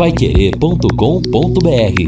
paiquerê.com.br.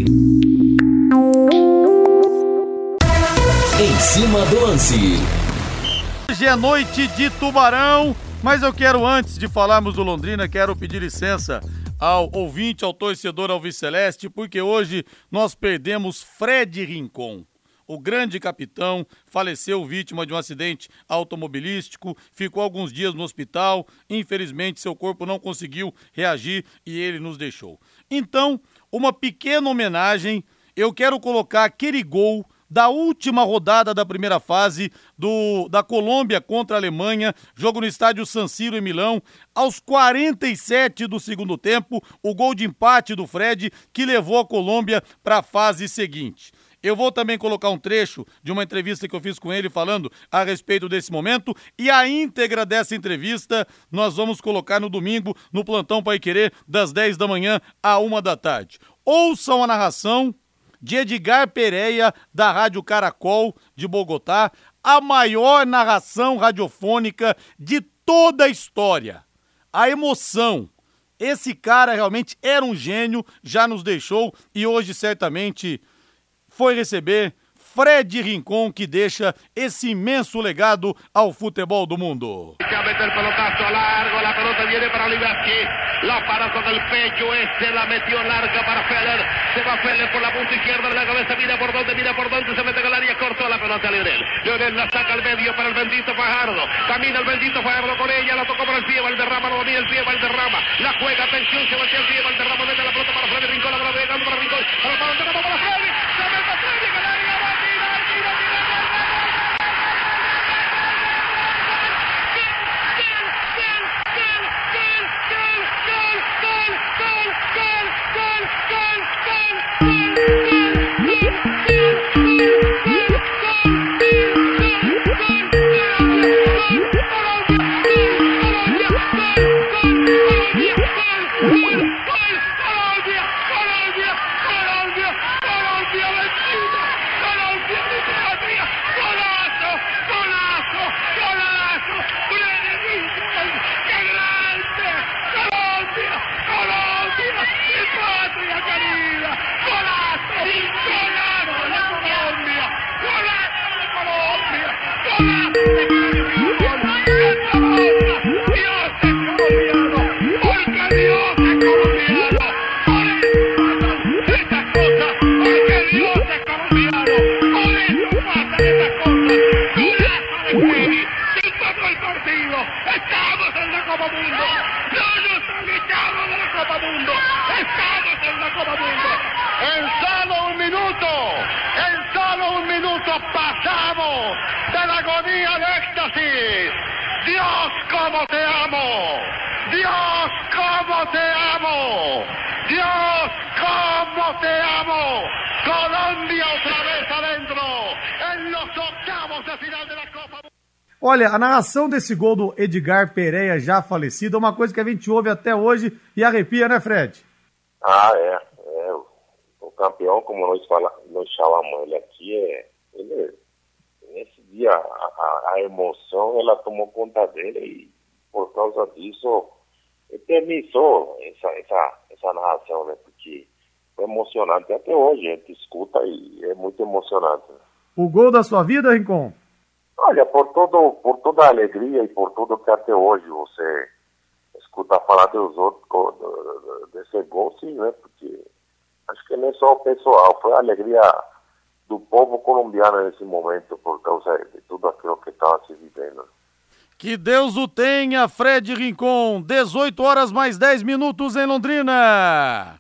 Em cima do lance. Hoje é noite de Tubarão, mas eu quero, antes de falarmos do Londrina, quero pedir licença ao ouvinte, ao torcedor alviceleste, porque hoje nós perdemos Fred Rincon. O grande capitão faleceu vítima de um acidente automobilístico, ficou alguns dias no hospital, infelizmente seu corpo não conseguiu reagir e ele nos deixou. Então, uma pequena homenagem, eu quero colocar aquele gol da última rodada da primeira fase da Colômbia contra a Alemanha, jogo no estádio San Siro em Milão, aos 47 do segundo tempo, o gol de empate do Fred que levou a Colômbia para a fase seguinte. Eu vou também colocar um trecho de uma entrevista que eu fiz com ele falando a respeito desse momento e a íntegra dessa entrevista nós vamos colocar no domingo no Plantão Paiquerê das 10 da manhã à 1 da tarde. Ouçam a narração de Edgar Pereira da Rádio Caracol de Bogotá, a maior narração radiofônica de toda a história. A emoção. Esse cara realmente era um gênio, já nos deixou e hoje certamente foi receber Fred Rincon, que deixa esse imenso legado ao futebol do mundo. Mete el pelotazo largo, la pelota viene para Oliveski, la para con el pecho, la metió larga para Feller, se va Feller por la punta izquierda de la cabeza, mira por dónde, se mete con el área, cortó la pelota a Leonel la saca al medio para el bendito Fajardo, camina el bendito Fajardo con ella, la tocó por el pie, Valderrama, no domina el pie, Valderrama, la juega, atención, se mete el pie, Valderrama mete la pelota para Freddy Rincón, la pelota llegando para Rincón, para Freddy, se mete Freddy, que el área va a tirar. Pasamos de la agonía al éxtasis. Dios, cómo te amo. Dios, cómo te amo. Dios, cómo te amo. Colombia otra vez adentro en los octavos de final de la Copa. Olha, a narração desse gol do Edgar Pereira, já falecido, é uma coisa que a gente ouve até hoje e arrepia, né, Fred? O campeão, como nós chamamos ele aqui, nesse dia a emoção ela tomou conta dele e por causa disso eternizou essa narração, né? Porque foi emocionante até hoje, a gente escuta e é muito emocionante. O gol da sua vida, Rincon? Olha, por toda a alegria e por tudo que até hoje você escuta falar dos outros, desse gol, sim, né? Porque acho que não é só o pessoal, foi a alegria do povo colombiano nesse momento por causa de tudo aquilo que estava se vivendo. Que Deus o tenha, Fred Rincon. 18 horas mais 10 minutos em Londrina.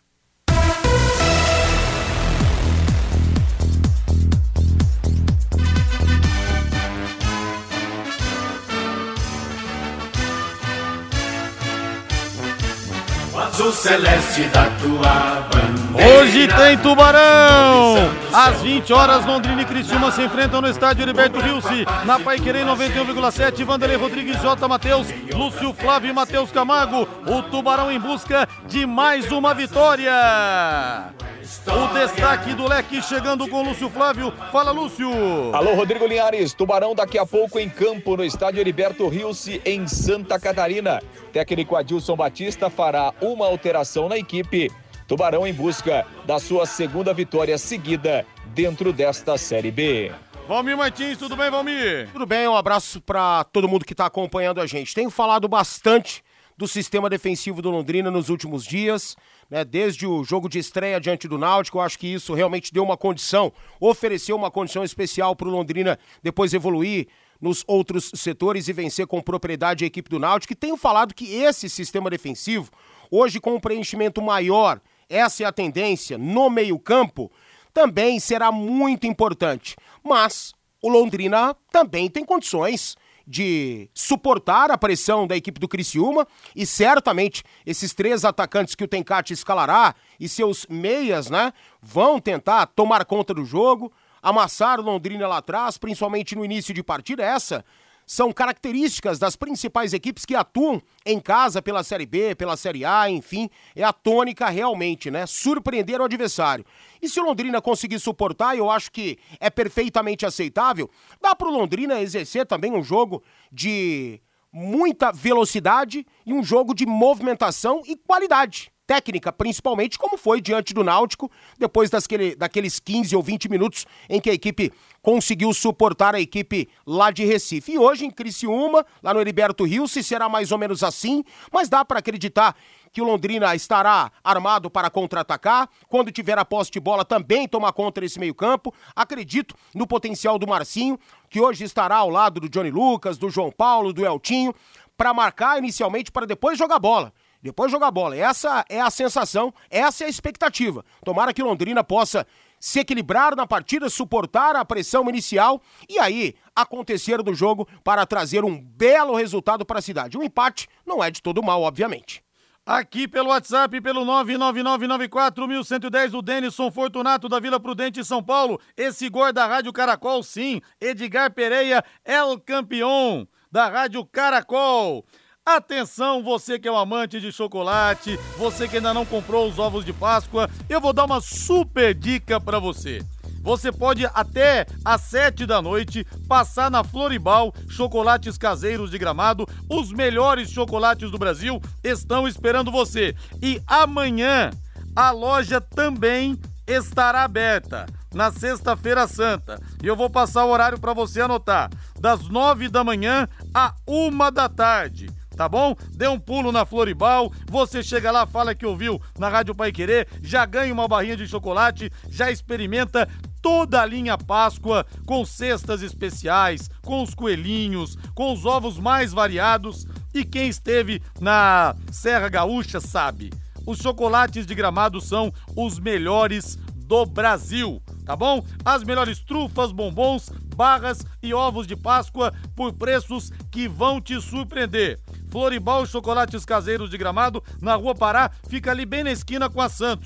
azul celeste da tua bandeira. Hoje tem Tubarão! Às 20 horas, Londrina e Criciúma se enfrentam no estádio Heriberto Rilse. Na Paiquerê 91,7, Vanderlei Rodrigues, J. Matheus, Lúcio Flávio e Matheus Camargo. O Tubarão em busca de mais uma vitória. O destaque do Leque chegando com Lúcio Flávio. Fala, Lúcio. Alô, Rodrigo Linhares. Tubarão daqui a pouco em campo no estádio Heriberto Rilse, em Santa Catarina. Técnico Adilson Batista fará uma alteração na equipe. Tubarão em busca da sua segunda vitória seguida dentro desta Série B. Valmir Martins, tudo bem, Valmir? Tudo bem, um abraço para todo mundo que está acompanhando a gente. Tenho falado bastante do sistema defensivo do Londrina nos últimos dias, né? Desde o jogo de estreia diante do Náutico, eu acho que isso realmente deu uma condição, ofereceu uma condição especial para o Londrina depois evoluir nos outros setores e vencer com propriedade a equipe do Náutico. E tenho falado que esse sistema defensivo, hoje com um preenchimento maior, essa é a tendência no meio-campo, também será muito importante. Mas o Londrina também tem condições de suportar a pressão da equipe do Criciúma e certamente esses 3 atacantes que o Tencate escalará e seus meias, né, vão tentar tomar conta do jogo, amassar o Londrina lá atrás, principalmente no início de partida. Essa são características das principais equipes que atuam em casa pela Série B, pela Série A, enfim, é a tônica realmente, né? Surpreender o adversário. E se o Londrina conseguir suportar, eu acho que é perfeitamente aceitável, dá pro Londrina exercer também um jogo de muita velocidade e um jogo de movimentação e qualidade técnica, principalmente como foi diante do Náutico, depois daqueles 15 ou 20 minutos em que a equipe conseguiu suportar a equipe lá de Recife. E hoje em Criciúma, lá no Heriberto Rilse, será mais ou menos assim, mas dá para acreditar que o Londrina estará armado para contra-atacar, quando tiver a posse de bola também tomar conta desse meio-campo. Acredito no potencial do Marcinho, que hoje estará ao lado do Johnny Lucas, do João Paulo, do Eltinho, para marcar inicialmente, para depois jogar bola. Essa é a sensação, essa é a expectativa. Tomara que o Londrina possa se equilibrar na partida, suportar a pressão inicial e aí acontecer do jogo para trazer um belo resultado para a cidade. Um empate não é de todo mal, obviamente. Aqui pelo WhatsApp, pelo 99994-1110, o Denison Fortunato da Vila Prudente, São Paulo. Esse gol da Rádio Caracol, sim. Edgar Pereira, El Campeão da Rádio Caracol. Atenção, você que é um amante de chocolate, você que ainda não comprou os ovos de Páscoa, eu vou dar uma super dica pra você. Você pode até às 7 da noite passar na Floribal Chocolates Caseiros de Gramado. Os melhores chocolates do Brasil estão esperando você. E amanhã a loja também estará aberta, na Sexta-feira Santa. E eu vou passar o horário para você anotar, das 9 da manhã à 1 da tarde. Tá bom? Dê um pulo na Floribal, você chega lá, fala que ouviu na Rádio Paiquerê, já ganha uma barrinha de chocolate, já experimenta toda a linha Páscoa, com cestas especiais, com os coelhinhos, com os ovos mais variados. E quem esteve na Serra Gaúcha sabe, os chocolates de Gramado são os melhores do Brasil, tá bom? As melhores trufas, bombons, barras e ovos de Páscoa por preços que vão te surpreender. Floribal Chocolates Caseiros de Gramado, na Rua Pará, fica ali bem na esquina com a Santos.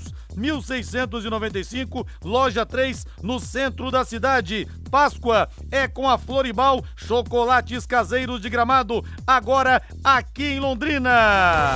1695, loja 3, no centro da cidade. Páscoa é com a Floribal Chocolates Caseiros de Gramado, agora aqui em Londrina.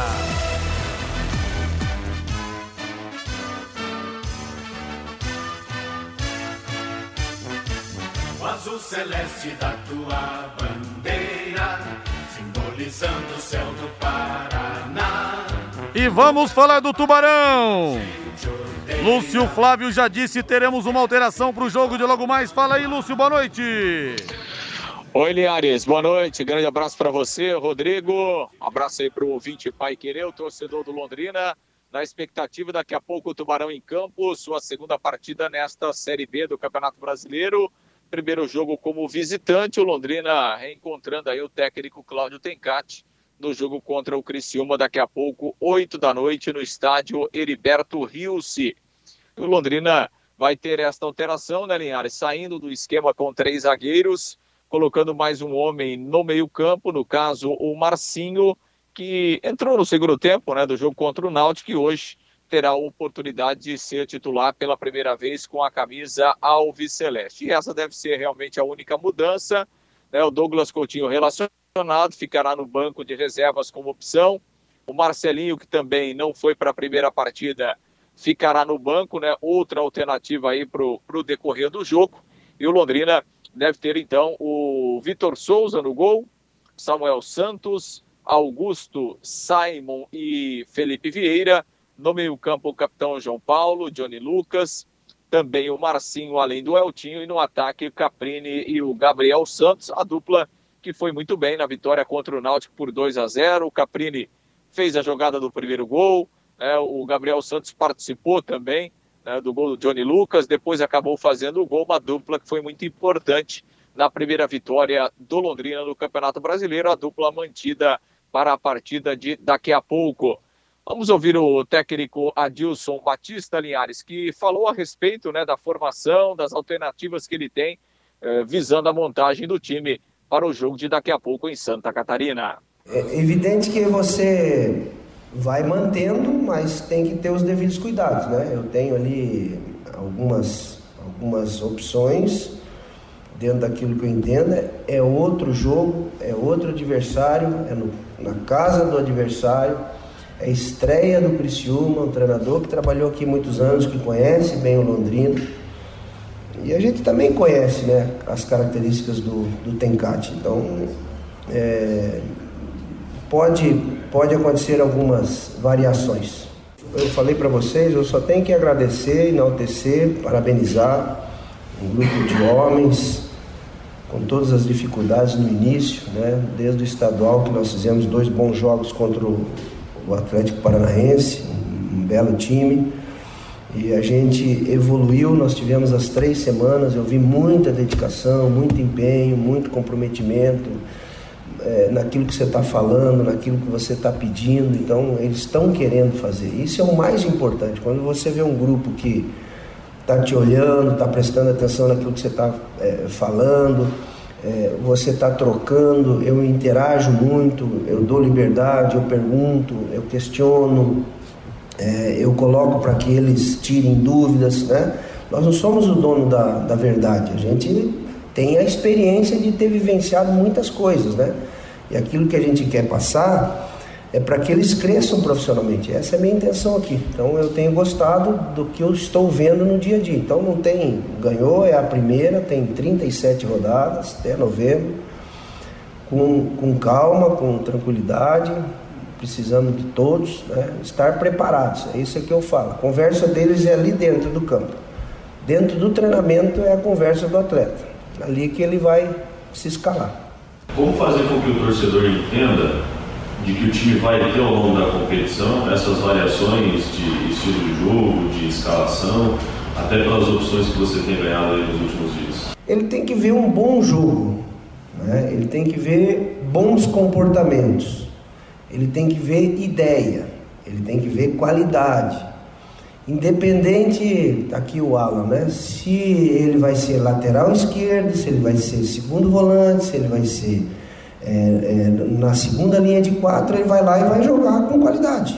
O azul celeste da tua bandeira, simbolizando o céu do Paraná. E vamos falar do Tubarão. Lúcio Flávio já disse, teremos uma alteração para o jogo de logo mais. Fala aí, Lúcio, boa noite. Oi, Linhares, boa noite, grande abraço para você, Rodrigo. Um abraço aí para o ouvinte Paiquerê, o torcedor do Londrina. Na expectativa, daqui a pouco o Tubarão em campo, sua segunda partida nesta Série B do Campeonato Brasileiro. Primeiro jogo como visitante, o Londrina reencontrando aí o técnico Cláudio Tencate no jogo contra o Criciúma, daqui a pouco, 8 da noite, no estádio Heriberto Rilse. O Londrina vai ter esta alteração, né, Linhares? Saindo do esquema com 3 zagueiros, colocando mais um homem no meio-campo, no caso o Marcinho, que entrou no segundo tempo, né, do jogo contra o Náutico, e hoje terá a oportunidade de ser titular pela primeira vez com a camisa alviceleste. E essa deve ser realmente a única mudança, né? O Douglas Coutinho relacionado, ficará no banco de reservas como opção. O Marcelinho, que também não foi para a primeira partida, ficará no banco, né? Outra alternativa aí para o decorrer do jogo. E o Londrina deve ter então o Vitor Souza no gol, Samuel Santos, Augusto, Simon e Felipe Vieira. No meio-campo, o capitão João Paulo, Johnny Lucas, também o Marcinho, além do Eltinho, e no ataque, o Caprini e o Gabriel Santos, a dupla que foi muito bem na vitória contra o Náutico por 2-0. O Caprini fez a jogada do primeiro gol, o Gabriel Santos participou também do gol do Johnny Lucas, depois acabou fazendo o gol, uma dupla que foi muito importante na primeira vitória do Londrina no Campeonato Brasileiro, a dupla mantida para a partida de daqui a pouco. Vamos ouvir o técnico Adilson Batista Linhares, que falou a respeito da formação, das alternativas que ele tem, visando a montagem do time para o jogo de daqui a pouco em Santa Catarina. É evidente que você vai mantendo, mas tem que ter os devidos cuidados, né? Eu tenho ali algumas opções dentro daquilo que eu entendo. É outro jogo, é outro adversário, na casa do adversário, é a estreia do Criciúma, um treinador que trabalhou aqui muitos anos, que conhece bem o Londrina. E a gente também conhece, né, as características do Tencate. Então, pode acontecer algumas variações. Eu falei para vocês, eu só tenho que agradecer, enaltecer, parabenizar um grupo de homens com todas as dificuldades no início, né, desde o estadual, que nós fizemos 2 bons jogos contra o Atlético Paranaense, um belo time, e a gente evoluiu. Nós tivemos as 3 semanas, eu vi muita dedicação, muito empenho, muito comprometimento naquilo que você está falando, naquilo que você está pedindo. Então eles estão querendo fazer, isso é o mais importante. Quando você vê um grupo que está te olhando, está prestando atenção naquilo que você está falando, você está trocando, eu interajo muito, eu dou liberdade, eu pergunto, eu questiono, eu coloco para que eles tirem dúvidas, né? Nós não somos o dono da verdade, a gente tem a experiência de ter vivenciado muitas coisas, né? E aquilo que a gente quer passar é para que eles cresçam profissionalmente. Essa é a minha intenção aqui. Então eu tenho gostado do que eu estou vendo no dia a dia. Então não tem, ganhou, é a primeira, tem 37 rodadas até novembro, com calma, com tranquilidade, precisamos de todos, né, estar preparados. É isso que eu falo. A conversa deles é ali dentro do campo. Dentro do treinamento é a conversa do atleta. Ali que ele vai se escalar. Como fazer com que o torcedor entenda de que o time vai ter ao longo da competição essas variações de estilo de jogo, de escalação, até pelas opções que você tem ganhado aí nos últimos dias? Ele tem que ver um bom jogo, né? Ele tem que ver bons comportamentos, ele tem que ver ideia, ele tem que ver qualidade. Independente, aqui o Alan, né? Se ele vai ser lateral esquerdo, se ele vai ser segundo volante, se ele vai ser na segunda linha de 4, ele vai lá e vai jogar com qualidade.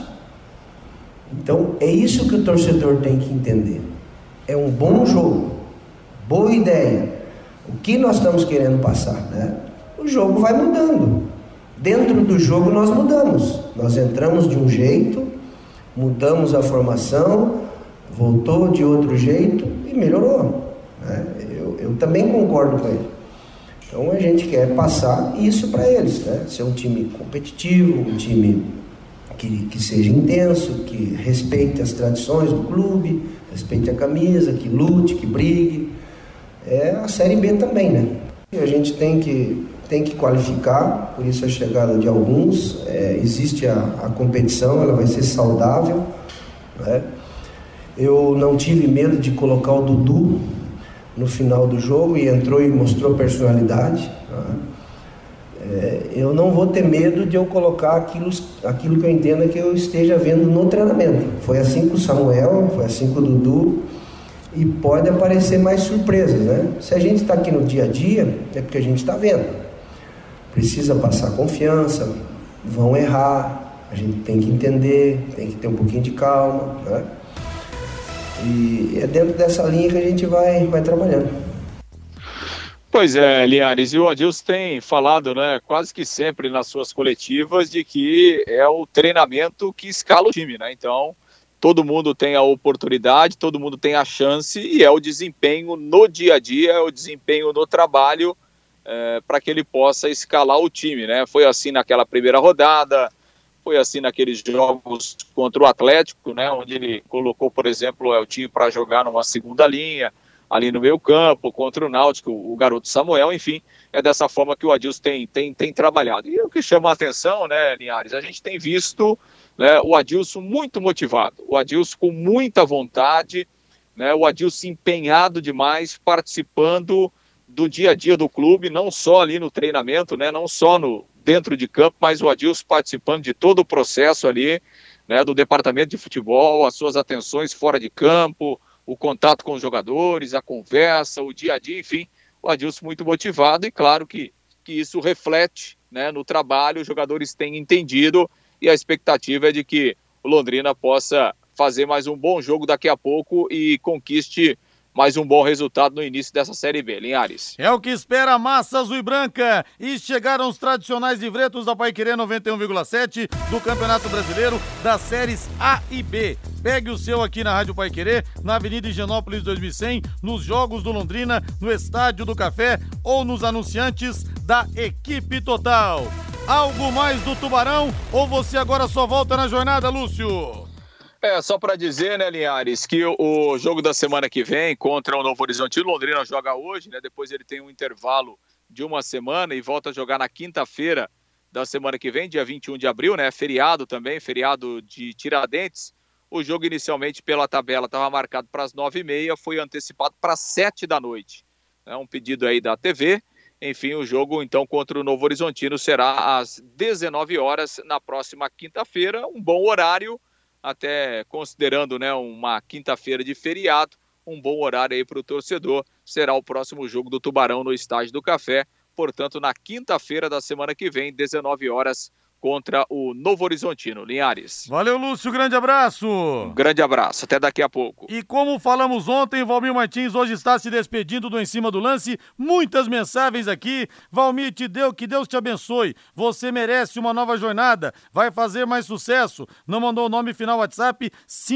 Então é isso que o torcedor tem que entender. É um bom jogo, boa ideia. O que nós estamos querendo passar, né? O jogo vai mudando. Dentro do jogo nós mudamos. Nós entramos de um jeito, mudamos a formação, voltou de outro jeito e melhorou, né? Eu também concordo com ele. Então a gente quer passar isso para eles, né? Ser um time competitivo, um time que seja intenso, que respeite as tradições do clube, respeite a camisa, que lute, que brigue. É a Série B também, né? E a gente tem que qualificar, por isso a chegada de alguns. Existe a competição, ela vai ser saudável, né? Eu não tive medo de colocar o Dudu no final do jogo e entrou e mostrou personalidade, né? Eu não vou ter medo de eu colocar aquilo que eu entendo que eu esteja vendo no treinamento. Foi assim com o Samuel, foi assim com o Dudu, e pode aparecer mais surpresas, né? Se a gente está aqui no dia a dia, é porque a gente está vendo. Precisa passar confiança, vão errar, a gente tem que entender, tem que ter um pouquinho de calma, né? E é dentro dessa linha que a gente vai trabalhando. Pois é, Linhares, e o Adilson tem falado, né, quase que sempre nas suas coletivas, de que é o treinamento que escala o time, né? Então, todo mundo tem a oportunidade, todo mundo tem a chance, e é o desempenho no dia a dia, é o desempenho no trabalho, para que ele possa escalar o time, né? Foi assim naquela primeira rodada, Foi assim naqueles jogos contra o Atlético, né, onde ele colocou, por exemplo, o time para jogar numa segunda linha, ali no meio campo, contra o Náutico, o garoto Samuel, enfim, é dessa forma que o Adilson tem trabalhado. E o que chama a atenção, né, Linhares, a gente tem visto, né, o Adilson muito motivado, o Adilson com muita vontade, né, o Adilson empenhado demais, participando do dia a dia do clube, não só ali no treinamento, né, não só dentro de campo, mas o Adilson participando de todo o processo ali, né, do departamento de futebol, as suas atenções fora de campo, o contato com os jogadores, a conversa, o dia a dia, enfim, o Adilson muito motivado e claro que isso reflete, né, no trabalho, os jogadores têm entendido e a expectativa é de que o Londrina possa fazer mais um bom jogo daqui a pouco e conquiste mais um bom resultado no início dessa Série B, Linhares. É o que espera a massa azul e branca. E chegaram os tradicionais livretos da Paiquerê 91,7 do Campeonato Brasileiro das séries A e B. Pegue o seu aqui na Rádio Paiquerê, na Avenida Higienópolis 2100, nos jogos do Londrina, no Estádio do Café ou nos anunciantes da Equipe Total. Algo mais do Tubarão ou você agora só volta na jornada, Lúcio? Só para dizer, né, Linhares, que o jogo da semana que vem contra o Novo Horizontino, Londrina joga hoje, né, depois ele tem um intervalo de uma semana e volta a jogar na quinta-feira da semana que vem, dia 21 de abril, né, feriado também, feriado de Tiradentes. O jogo inicialmente pela tabela estava marcado para as 9h30, foi antecipado para 7 da noite. É um pedido aí da TV. Enfim, o jogo então contra o Novo Horizontino será às 19 horas na próxima quinta-feira, um bom horário, até considerando, né, uma quinta-feira de feriado, um bom horário aí para o torcedor. Será o próximo jogo do Tubarão no Estádio do Café, portanto, na quinta-feira da semana que vem, 19 horas, contra o Novo Horizontino. Linhares. Valeu, Lúcio, grande abraço. Um grande abraço, até daqui a pouco. E como falamos ontem, Valmir Martins hoje está se despedindo do Em Cima do Lance. Muitas mensagens aqui. Valmir, que Deus te abençoe. Você merece uma nova jornada. Vai fazer mais sucesso. Não mandou o nome final WhatsApp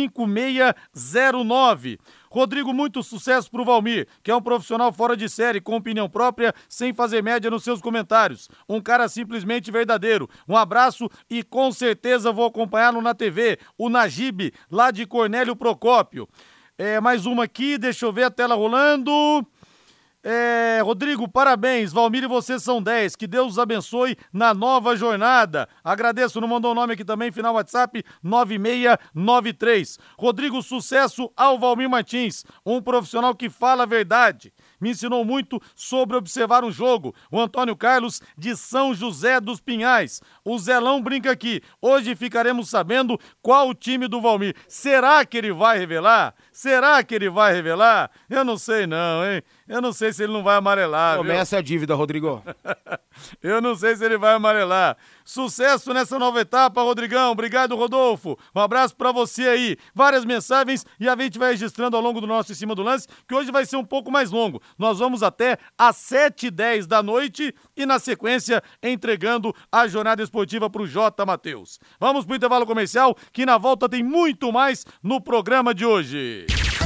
5609. Rodrigo, muito sucesso pro Valmir, que é um profissional fora de série, com opinião própria, sem fazer média nos seus comentários. Um cara simplesmente verdadeiro. Um abraço e com certeza vou acompanhá-lo na TV. O Najib, lá de Cornélio Procópio. Mais uma aqui, deixa eu ver a tela rolando. Rodrigo, parabéns, Valmir e vocês são 10, que Deus os abençoe na nova jornada. Agradeço, não mandou o nome aqui também, final WhatsApp 9693. Rodrigo, sucesso ao Valmir Martins, um profissional que fala a verdade. Me ensinou muito sobre observar um jogo. O Antônio Carlos, de São José dos Pinhais. O Zelão brinca aqui. Hoje ficaremos sabendo qual o time do Valmir. Será que ele vai revelar? Será que ele vai revelar? Eu não sei não, hein? Eu não sei se ele não vai amarelar. Começa a dívida, Rodrigo. Eu não sei se ele vai amarelar. Sucesso nessa nova etapa, Rodrigão. Obrigado, Rodolfo. Um abraço pra você aí. Várias mensagens e a gente vai registrando ao longo do nosso Em Cima do Lance, que hoje vai ser um pouco mais longo. Nós vamos até às 7h10 da noite e, na sequência, entregando a jornada esportiva pro J. Matheus. Vamos pro intervalo comercial, que na volta tem muito mais no programa de hoje.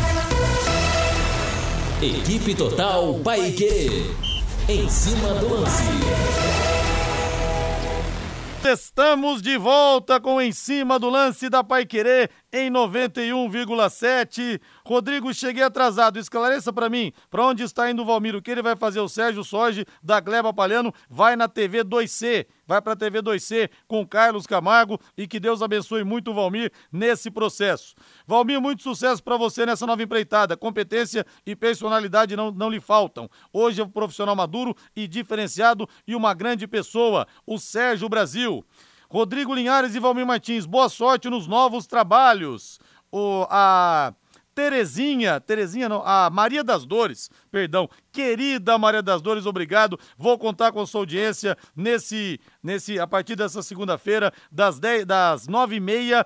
Equipe Total Paiquerê. Em Cima do Lance. Estamos de volta com Em Cima do Lance da Paiquerê em 91,7. Rodrigo, cheguei atrasado. Esclareça pra mim, pra onde está indo o Valmir? O que ele vai fazer? O Sérgio Sorge, da Gleba Palhano, vai na TV 2C. Vai pra TV 2C com Carlos Camargo e que Deus abençoe muito o Valmir nesse processo. Valmir, muito sucesso pra você nessa nova empreitada. Competência e personalidade não lhe faltam. Hoje é um profissional maduro e diferenciado e uma grande pessoa, o Sérgio Brasil. Rodrigo Linhares e Valmir Martins, boa sorte nos novos trabalhos. A Maria das Dores, querida Maria das Dores, obrigado, vou contar com a sua audiência a partir dessa segunda-feira, das 9h30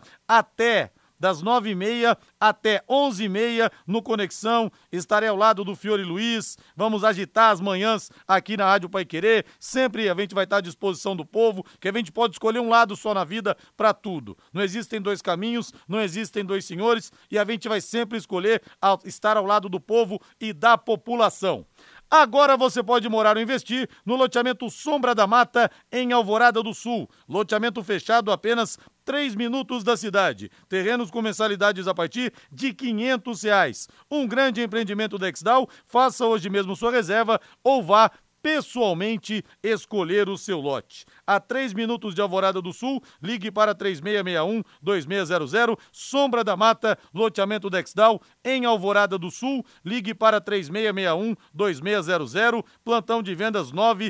até 11h30 no Conexão. Estarei ao lado do Fiore Luiz. Vamos agitar as manhãs aqui na Rádio Paiquerê. Sempre a gente vai estar à disposição do povo, que a gente pode escolher um lado só na vida para tudo. Não existem dois caminhos, não existem dois senhores e a gente vai sempre escolher estar ao lado do povo e da população. Agora você pode morar ou investir no loteamento Sombra da Mata, em Alvorada do Sul. Loteamento fechado apenas 3 minutos da cidade. Terrenos com mensalidades a partir de R$500. Um grande empreendimento da Exdal. Faça hoje mesmo sua reserva ou vá pessoalmente escolher o seu lote. A 3 minutos de Alvorada do Sul, ligue para 3661-2600, Sombra da Mata, loteamento Dexdal, em Alvorada do Sul, ligue para 3661-2600, plantão de vendas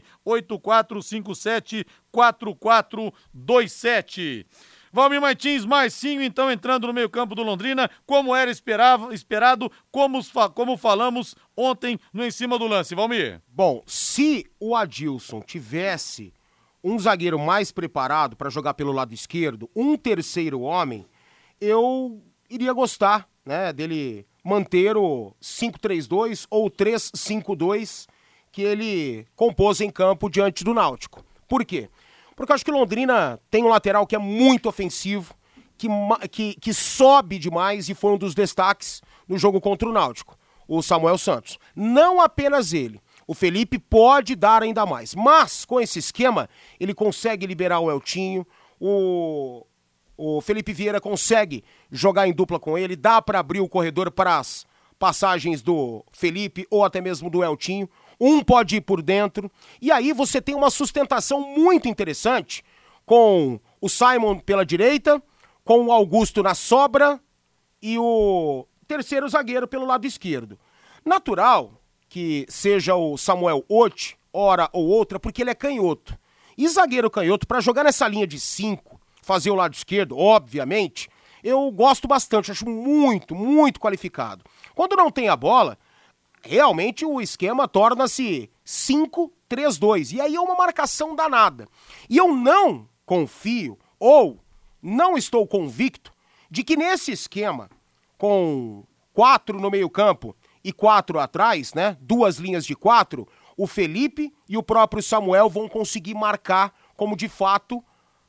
98457-4427. Valmir Martins, Marcinho, então entrando no meio campo do Londrina, como era esperado, como falamos ontem no Em Cima do Lance. Valmir. Bom, se o Adilson tivesse um zagueiro mais preparado para jogar pelo lado esquerdo, um terceiro homem, eu iria gostar, né, dele manter o 5-3-2 ou 3-5-2 que ele compôs em campo diante do Náutico. Por quê? Porque eu acho que o Londrina tem um lateral que é muito ofensivo, que sobe demais e foi um dos destaques no jogo contra o Náutico, o Samuel Santos. Não apenas ele, o Felipe pode dar ainda mais, mas com esse esquema ele consegue liberar o Eltinho, o Felipe Vieira consegue jogar em dupla com ele, dá para abrir o corredor para as passagens do Felipe ou até mesmo do Eltinho. Um pode ir por dentro, e aí você tem uma sustentação muito interessante com o Simon pela direita, com o Augusto na sobra e o terceiro zagueiro pelo lado esquerdo. Natural que seja o Samuel Otti, hora ou outra, porque ele é canhoto. E zagueiro canhoto, para jogar nessa linha de 5, fazer o lado esquerdo, obviamente, eu gosto bastante, acho muito, muito qualificado. Quando não tem a bola, realmente o esquema torna-se 5-3-2, e aí é uma marcação danada. E eu não confio, ou não estou convicto, de que nesse esquema, com 4 no meio campo e 4 atrás, né, 2 linhas de 4, o Felipe e o próprio Samuel vão conseguir marcar como de fato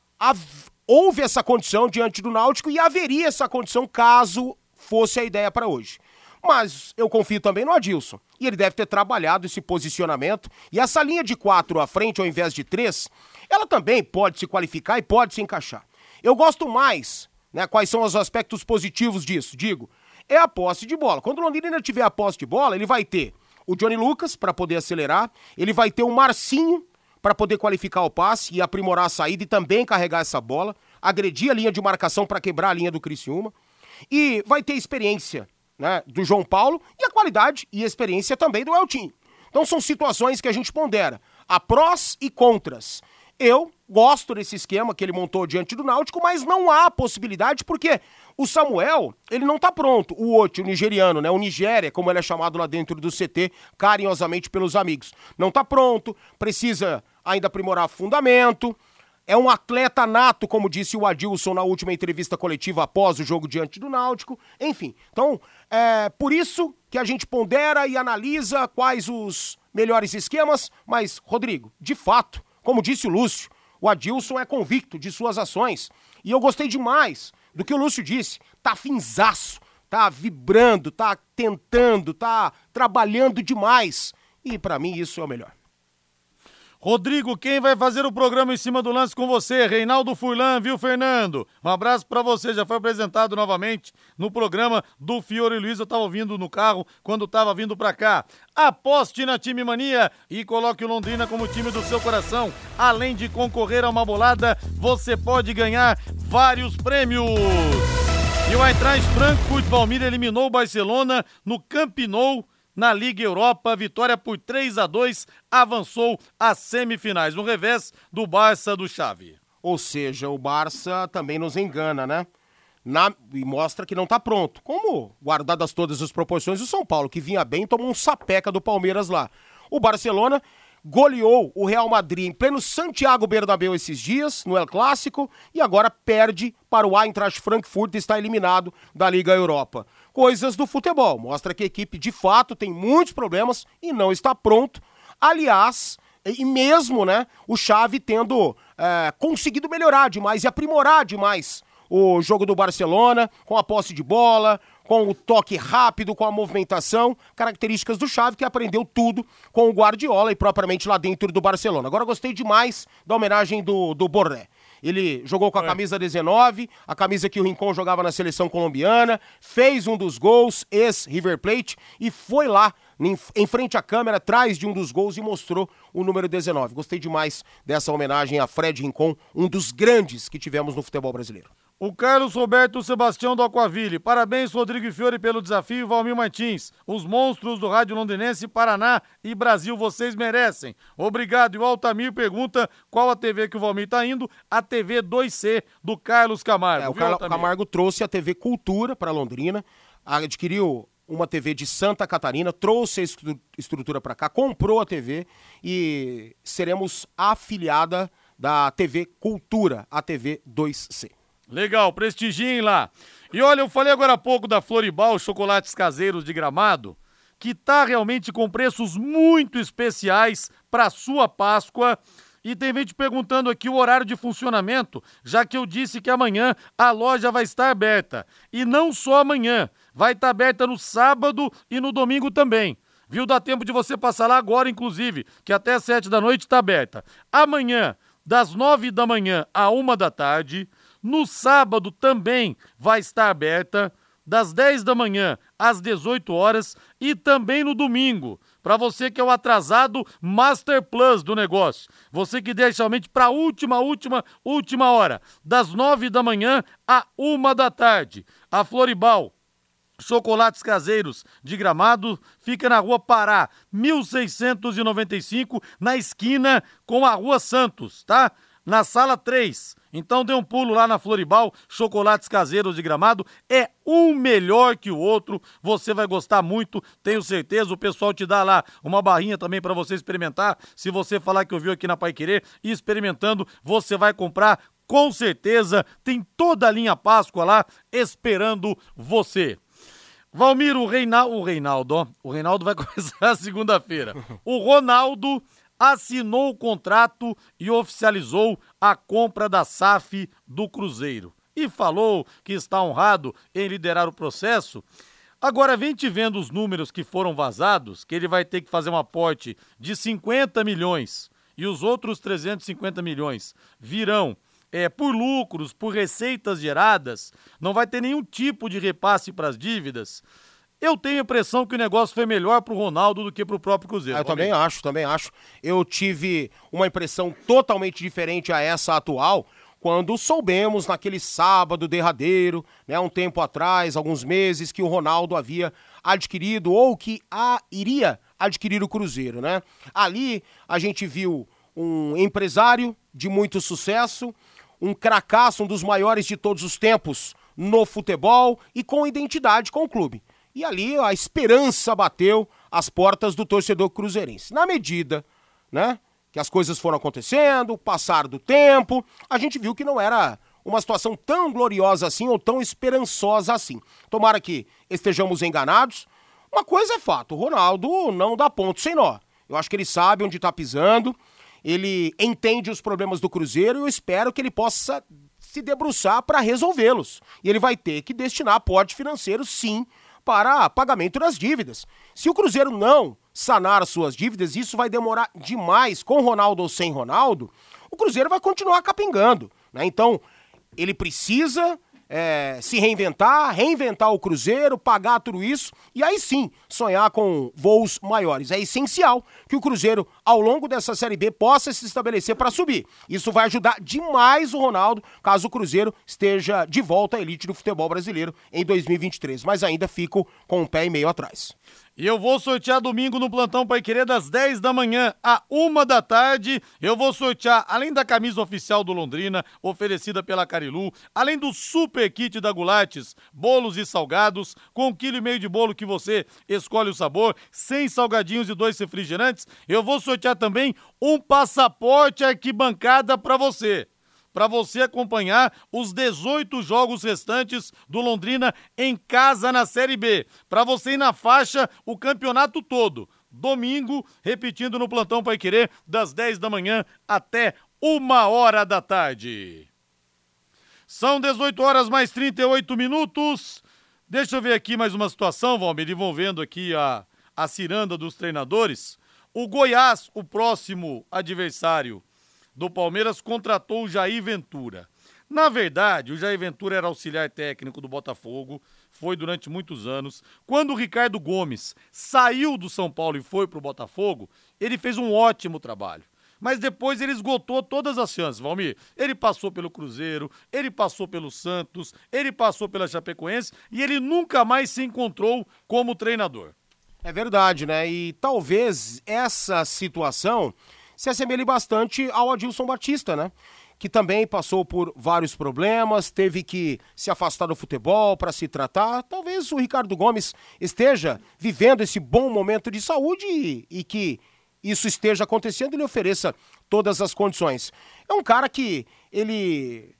houve essa condição diante do Náutico e haveria essa condição caso fosse a ideia para hoje. Mas eu confio também no Adilson. E ele deve ter trabalhado esse posicionamento. E essa linha de 4 à frente ao invés de 3, ela também pode se qualificar e pode se encaixar. Eu gosto mais, né, quais são os aspectos positivos disso? Digo, é a posse de bola. Quando o Londrina tiver a posse de bola, ele vai ter o Johnny Lucas para poder acelerar, ele vai ter o Marcinho para poder qualificar o passe e aprimorar a saída e também carregar essa bola, agredir a linha de marcação para quebrar a linha do Criciúma, e vai ter experiência, né, do João Paulo e a qualidade e experiência também do Eltinho. Então são situações que a gente pondera, a prós e contras. Eu gosto desse esquema que ele montou diante do Náutico, mas não há possibilidade porque o Samuel, ele não tá pronto. O Otti, o nigeriano, né, o Nigéria, como ele é chamado lá dentro do CT, carinhosamente pelos amigos, não tá pronto, precisa ainda aprimorar fundamento. É um atleta nato, como disse o Adilson na última entrevista coletiva após o jogo diante do Náutico. Enfim, então, é por isso que a gente pondera e analisa quais os melhores esquemas. Mas, Rodrigo, de fato, como disse o Lúcio, o Adilson é convicto de suas ações. E eu gostei demais do que o Lúcio disse. Tá finzaço, tá vibrando, tá tentando, tá trabalhando demais. E pra mim isso é o melhor. Rodrigo, quem vai fazer o programa Em Cima do Lance com você? Reinaldo Furlan, viu, Fernando? Um abraço pra você, já foi apresentado novamente no programa do Fiore Luiz, eu tava ouvindo no carro quando tava vindo pra cá. Aposte na Time Mania e coloque o Londrina como time do seu coração. Além de concorrer a uma bolada, você pode ganhar vários prêmios. E o Eintracht Frankfurt, Valmir, eliminou o Barcelona no Camp Nou, na Liga Europa, vitória por 3-2, avançou às semifinais, no revés do Barça do Xavi. Ou seja, o Barça também nos engana, né? E mostra que não tá pronto. Como, guardadas todas as proporções, o São Paulo, que vinha bem, tomou um sapeca do Palmeiras lá. O Barcelona goleou o Real Madrid em pleno Santiago Bernabéu esses dias, no El Clássico, e agora perde para o Eintracht Frankfurt e está eliminado da Liga Europa. Coisas do futebol, mostra que a equipe de fato tem muitos problemas e não está pronto. Aliás, e mesmo, né, o Xavi tendo conseguido melhorar demais e aprimorar demais o jogo do Barcelona, com a posse de bola, com o toque rápido, com a movimentação, características do Xavi, que aprendeu tudo com o Guardiola e propriamente lá dentro do Barcelona. Agora gostei demais da homenagem do Borré. Ele jogou com a camisa 19, a camisa que o Rincon jogava na seleção colombiana, fez um dos gols, ex-River Plate, e foi lá, em frente à câmera, atrás de um dos gols e mostrou o número 19. Gostei demais dessa homenagem a Fred Rincon, um dos grandes que tivemos no futebol brasileiro. O Carlos Roberto Sebastião do Aquaville. Parabéns, Rodrigo Fiore, pelo desafio. Valmir Martins. Os monstros do Rádio Londrinense, Paraná e Brasil, vocês merecem. Obrigado. E o Altamir pergunta qual a TV que o Valmir tá indo. A TV 2C do Carlos Camargo. O Camargo trouxe a TV Cultura para Londrina, adquiriu uma TV de Santa Catarina, trouxe a estrutura para cá, comprou a TV e seremos afiliada da TV Cultura, a TV 2C. Legal, prestigiem lá. E olha, eu falei agora há pouco da Floribal Chocolates Caseiros de Gramado, que tá realmente com preços muito especiais para sua Páscoa. E tem gente perguntando aqui o horário de funcionamento, já que eu disse que amanhã a loja vai estar aberta. E não só amanhã, vai estar aberta no sábado e no domingo também. Viu? Dá tempo de você passar lá agora, inclusive, que até às 7 da noite está aberta. Amanhã, das 9 da manhã à 1 da tarde... No sábado também vai estar aberta, das 10 da manhã às 18 horas e também no domingo, para você que é o atrasado Master Plus do negócio. Você que deixa realmente para a última hora, das 9 da manhã à 1 da tarde. A Floribal Chocolates Caseiros de Gramado fica na Rua Pará, 1695, na esquina com a Rua Santos, tá? Na sala 3. Então dê um pulo lá na Floribal Chocolates Caseiros de Gramado. É um melhor que o outro. Você vai gostar muito, tenho certeza. O pessoal te dá lá uma barrinha também para você experimentar. Se você falar que ouviu aqui na Paiquerê e experimentando, você vai comprar com certeza. Tem toda a linha Páscoa lá esperando você. Valmir, o Reinaldo vai começar segunda-feira. O Ronaldo assinou o contrato e oficializou a compra da SAF do Cruzeiro. E falou que está honrado em liderar o processo. Agora vem te vendo os números que foram vazados, que ele vai ter que fazer um aporte de 50 milhões e os outros 350 milhões virão por lucros, por receitas geradas, não vai ter nenhum tipo de repasse para as dívidas. Eu tenho a impressão que o negócio foi melhor pro Ronaldo do que pro próprio Cruzeiro. Eu também acho. Eu tive uma impressão totalmente diferente a essa atual, quando soubemos naquele sábado derradeiro, né, um tempo atrás, alguns meses, que o Ronaldo havia adquirido ou que iria adquirir o Cruzeiro, né? Ali a gente viu um empresário de muito sucesso, um cracaço, um dos maiores de todos os tempos no futebol e com identidade com o clube. E ali a esperança bateu às portas do torcedor cruzeirense. Na medida, né, que as coisas foram acontecendo, passar do tempo, a gente viu que não era uma situação tão gloriosa assim ou tão esperançosa assim. Tomara que estejamos enganados. Uma coisa é fato, o Ronaldo não dá ponto sem nó. Eu acho que ele sabe onde está pisando, ele entende os problemas do Cruzeiro e eu espero que ele possa se debruçar para resolvê-los. E ele vai ter que destinar aporte financeiro, sim, para pagamento das dívidas. Se o Cruzeiro não sanar as suas dívidas, isso vai demorar demais, com Ronaldo ou sem Ronaldo, o Cruzeiro vai continuar capengando, né? Então, ele precisa se reinventar o Cruzeiro, pagar tudo isso e aí sim sonhar com voos maiores. É essencial que o Cruzeiro, ao longo dessa Série B, possa se estabelecer para subir. Isso vai ajudar demais o Ronaldo, caso o Cruzeiro esteja de volta à elite do futebol brasileiro em 2023. Mas ainda fico com um pé e meio atrás. E eu vou sortear domingo no Plantão Paiquerê das 10 da manhã à 1 da tarde. Eu vou sortear, além da camisa oficial do Londrina, oferecida pela Carilu, além do super kit da Gulates, bolos e salgados, com 1,5 kg de bolo que você escolhe o sabor, 100 salgadinhos e 2 refrigerantes, eu vou sortear também um passaporte arquibancada para você acompanhar os 18 jogos restantes do Londrina em casa na Série B, para você ir na faixa o campeonato todo. Domingo, repetindo no Plantão Paiquerê, das 10 da manhã até 1 da tarde. São 18 horas mais 38 minutos. Deixa eu ver aqui mais uma situação, Valmir, envolvendo aqui a ciranda dos treinadores. O Goiás, o próximo adversário do Palmeiras, contratou o Jair Ventura. Na verdade, o Jair Ventura era auxiliar técnico do Botafogo, foi durante muitos anos. Quando o Ricardo Gomes saiu do São Paulo e foi pro Botafogo, ele fez um ótimo trabalho. Mas depois ele esgotou todas as chances, Valmir. Ele passou pelo Cruzeiro, ele passou pelo Santos, ele passou pela Chapecoense e ele nunca mais se encontrou como treinador. É verdade, né? E talvez essa situação se assemelhe bastante ao Adilson Batista, né? Que também passou por vários problemas, teve que se afastar do futebol para se tratar. Talvez o Ricardo Gomes esteja vivendo esse bom momento de saúde e que isso esteja acontecendo e lhe ofereça todas as condições. É um cara que ele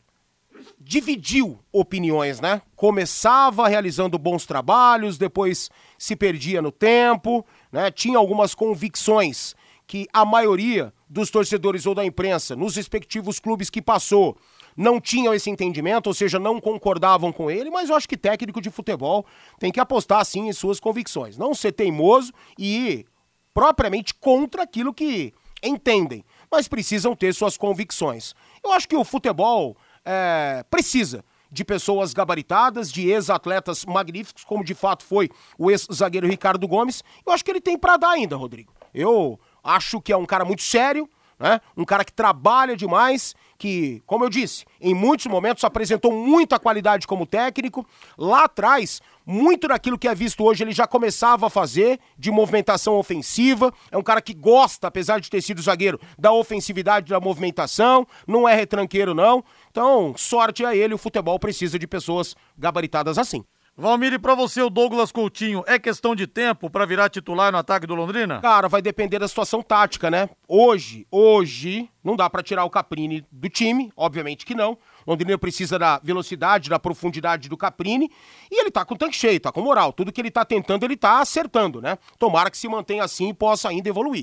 dividiu opiniões, né? Começava realizando bons trabalhos, depois se perdia no tempo, né? Tinha algumas convicções que a maioria dos torcedores ou da imprensa, nos respectivos clubes que passou, não tinham esse entendimento, ou seja, não concordavam com ele, mas eu acho que técnico de futebol tem que apostar, sim, em suas convicções. Não ser teimoso e ir propriamente contra aquilo que entendem, mas precisam ter suas convicções. Eu acho que o futebol precisa de pessoas gabaritadas, de ex-atletas magníficos, como de fato foi o ex-zagueiro Ricardo Gomes. Eu acho que ele tem para dar ainda, Rodrigo. Eu acho que é um cara muito sério, né? Um cara que trabalha demais, que, como eu disse, em muitos momentos apresentou muita qualidade como técnico. Lá atrás, muito daquilo que é visto hoje ele já começava a fazer, de movimentação ofensiva. É um cara que gosta, apesar de ter sido zagueiro, da ofensividade da movimentação, não é retranqueiro não. Então, sorte a ele, o futebol precisa de pessoas gabaritadas assim. Valmir, e pra você o Douglas Coutinho, é questão de tempo pra virar titular no ataque do Londrina? Cara, vai depender da situação tática, né? Hoje, não dá pra tirar o Caprini do time, obviamente que não. O Londrina precisa da velocidade, da profundidade do Caprini, e ele tá com o tanque cheio, tá com moral. Tudo que ele tá tentando, ele tá acertando, né? Tomara que se mantenha assim e possa ainda evoluir.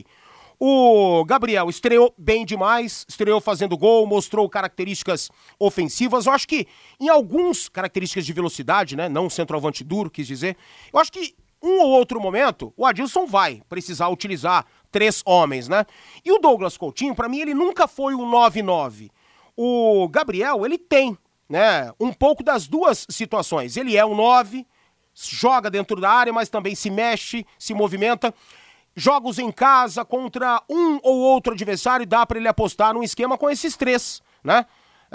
O Gabriel estreou bem demais, estreou fazendo gol, mostrou características ofensivas. Eu acho que em algumas características de velocidade, né, não centroavante duro, quis dizer, eu acho que um ou outro momento o Adilson vai precisar utilizar 3 homens, né? E o Douglas Coutinho, pra mim, ele nunca foi um 9-9. O Gabriel, ele tem, né, um pouco das duas situações. Ele é um 9, joga dentro da área, mas também se mexe, se movimenta. Jogos em casa contra um ou outro adversário, dá para ele apostar num esquema com esses 3, né?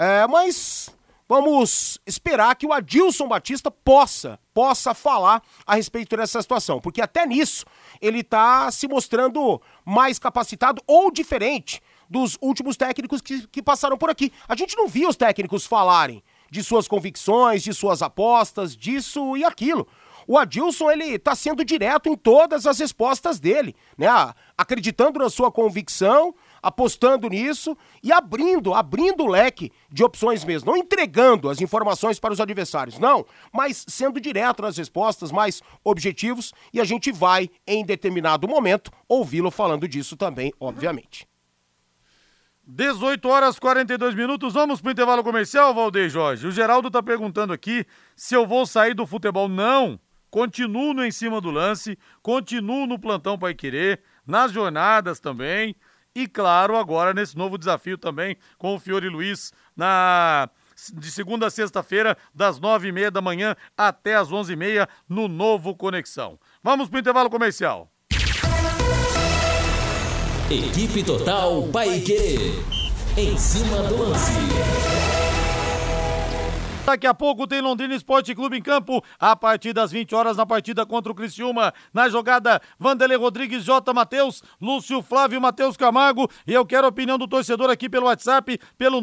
Mas vamos esperar que o Adilson Batista possa falar a respeito dessa situação, porque até nisso ele tá se mostrando mais capacitado ou diferente dos últimos técnicos que passaram por aqui. A gente não via os técnicos falarem de suas convicções, de suas apostas, disso e aquilo. O Adilson, ele tá sendo direto em todas as respostas dele, né? Acreditando na sua convicção, apostando nisso e abrindo o leque de opções mesmo. Não entregando as informações para os adversários, não. Mas sendo direto nas respostas, mais objetivos. E a gente vai, em determinado momento, ouvi-lo falando disso também, obviamente. 18 horas e 42 minutos, vamos pro intervalo comercial, Valdeir Jorge. O Geraldo tá perguntando aqui se eu vou sair do futebol. Não! Continuo no Em Cima do Lance, continuo no Plantão Paiquerê, nas jornadas também, e claro, agora nesse novo desafio também com o Fiore Luiz, de segunda a sexta-feira, das 9h30 da manhã até as 11h30, no Novo Conexão. Vamos pro intervalo comercial. Equipe Total Paiquerê, Em Cima do Lance. Daqui a pouco tem Londrina Esporte Clube em campo, a partir das 20 horas na partida contra o Criciúma. Na jogada, Vanderlei Rodrigues, J. Matheus, Lúcio Flávio, Matheus Camargo. E eu quero a opinião do torcedor aqui pelo WhatsApp, pelo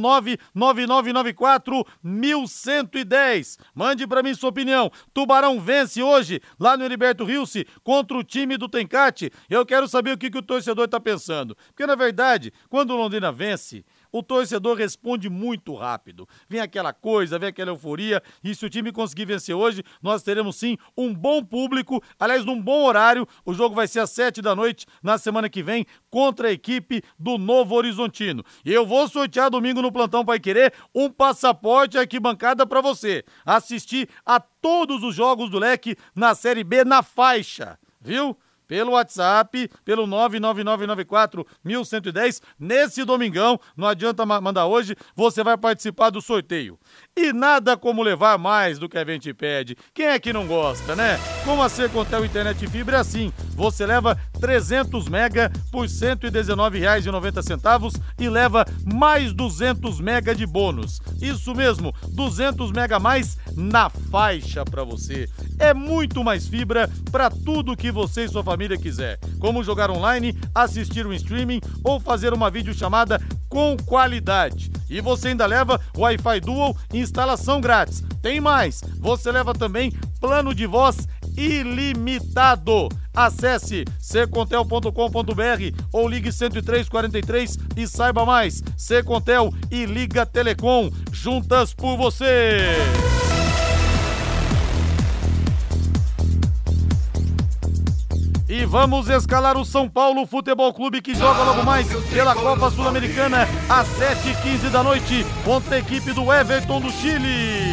99994-1110. Mande pra mim sua opinião. Tubarão vence hoje, lá no Heriberto Rilse, contra o time do Tencate. Eu quero saber o que o torcedor tá pensando. Porque, na verdade, quando o Londrina vence, o torcedor responde muito rápido. Vem aquela coisa, vem aquela euforia, e se o time conseguir vencer hoje, nós teremos sim um bom público, aliás, num bom horário. O jogo vai ser às 19h na semana que vem, contra a equipe do Novo Horizontino. E eu vou sortear domingo no Plantão Paiquerê um passaporte arquibancada para você assistir a todos os jogos do Leque na Série B na faixa, viu? Pelo WhatsApp, pelo 99994-1110, nesse domingão, não adianta mandar hoje, você vai participar do sorteio. E nada como levar mais do que a gente pede. Quem é que não gosta, né? Com a Sercontel Internet Fibra é assim, você leva 300 mega por R$ 119,90 e leva mais 200 mega de bônus. Isso mesmo, 200 mega a mais na faixa para você. É muito mais fibra para tudo que você e sua família quiser, como jogar online, assistir um streaming ou fazer uma videochamada com qualidade. E você ainda leva Wi-Fi Dual e instalação grátis. Tem mais, você leva também plano de voz ilimitado. Acesse sercontel.com.br ou ligue 10343 e saiba mais. Sercontel e Liga Telecom, juntas por você. E vamos escalar o São Paulo Futebol Clube, que joga logo mais pela Copa Sul-Americana às 7h15 da noite contra a equipe do Everton do Chile.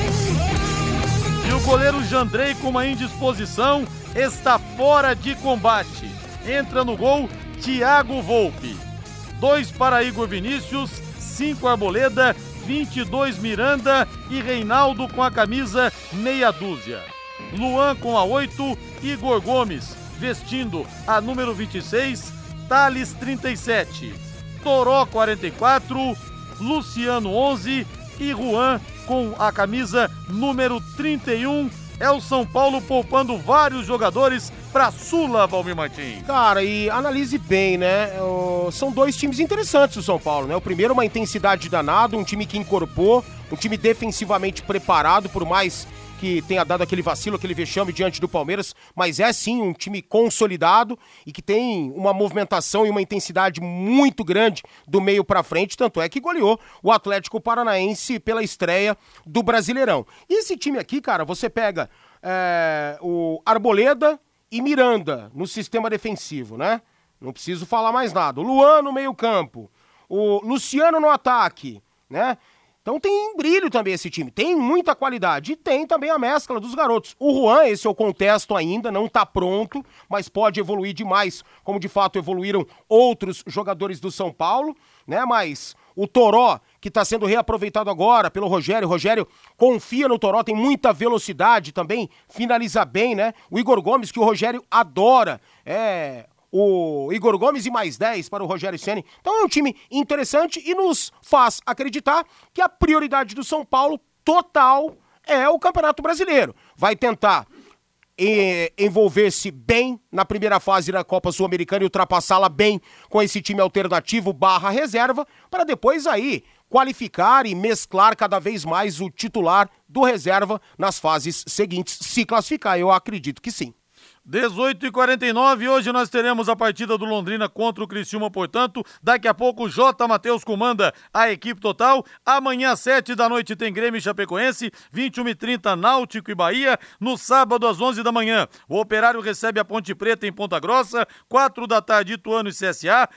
E o goleiro Jandrei, com uma indisposição, está fora de combate. Entra no gol Thiago Volpe. 2 para Igor Vinícius, 5 Arboleda, 22 Miranda e Reinaldo com a camisa meia dúzia. Luan com a 8, Igor Gomes vestindo a número 26, Thales 37, Toró 44, Luciano 11 e Juan com a camisa número 31. É o São Paulo poupando vários jogadores pra Sula, Valmir Martins. Cara, e analise bem, né? São 2 times interessantes o São Paulo, né? O primeiro, uma intensidade danada, um time que incorporou, um time defensivamente preparado, por mais que tenha dado aquele vacilo, aquele vexame diante do Palmeiras, mas é sim um time consolidado e que tem uma movimentação e uma intensidade muito grande do meio pra frente, tanto é que goleou o Atlético Paranaense pela estreia do Brasileirão. E esse time aqui, cara, você pega o Arboleda e Miranda no sistema defensivo, né? Não preciso falar mais nada. O Luan no meio campo, o Luciano no ataque, né? Então tem brilho também esse time, tem muita qualidade e tem também a mescla dos garotos. O Juan, esse eu contesto ainda, não tá pronto, mas pode evoluir demais, como de fato evoluíram outros jogadores do São Paulo, né? Mas o Toró, que tá sendo reaproveitado agora pelo Rogério, o Rogério confia no Toró, tem muita velocidade também, finaliza bem, né? O Igor Gomes, que o Rogério adora, o Igor Gomes e mais 10 para o Rogério Ceni. Então é um time interessante e nos faz acreditar que a prioridade do São Paulo total é o Campeonato Brasileiro. Vai tentar envolver-se bem na primeira fase da Copa Sul-Americana e ultrapassá-la bem com esse time alternativo / reserva, para depois aí qualificar e mesclar cada vez mais o titular do reserva nas fases seguintes, se classificar. Eu acredito que sim. 18h49, hoje nós teremos a partida do Londrina contra o Criciúma, portanto, daqui a pouco o J. Matheus comanda a equipe total. Amanhã às 7 da noite tem Grêmio e Chapecoense, 21h30 Náutico e Bahia, no sábado às 11 da manhã o Operário recebe a Ponte Preta em Ponta Grossa, 4 da tarde Ituano e CSA,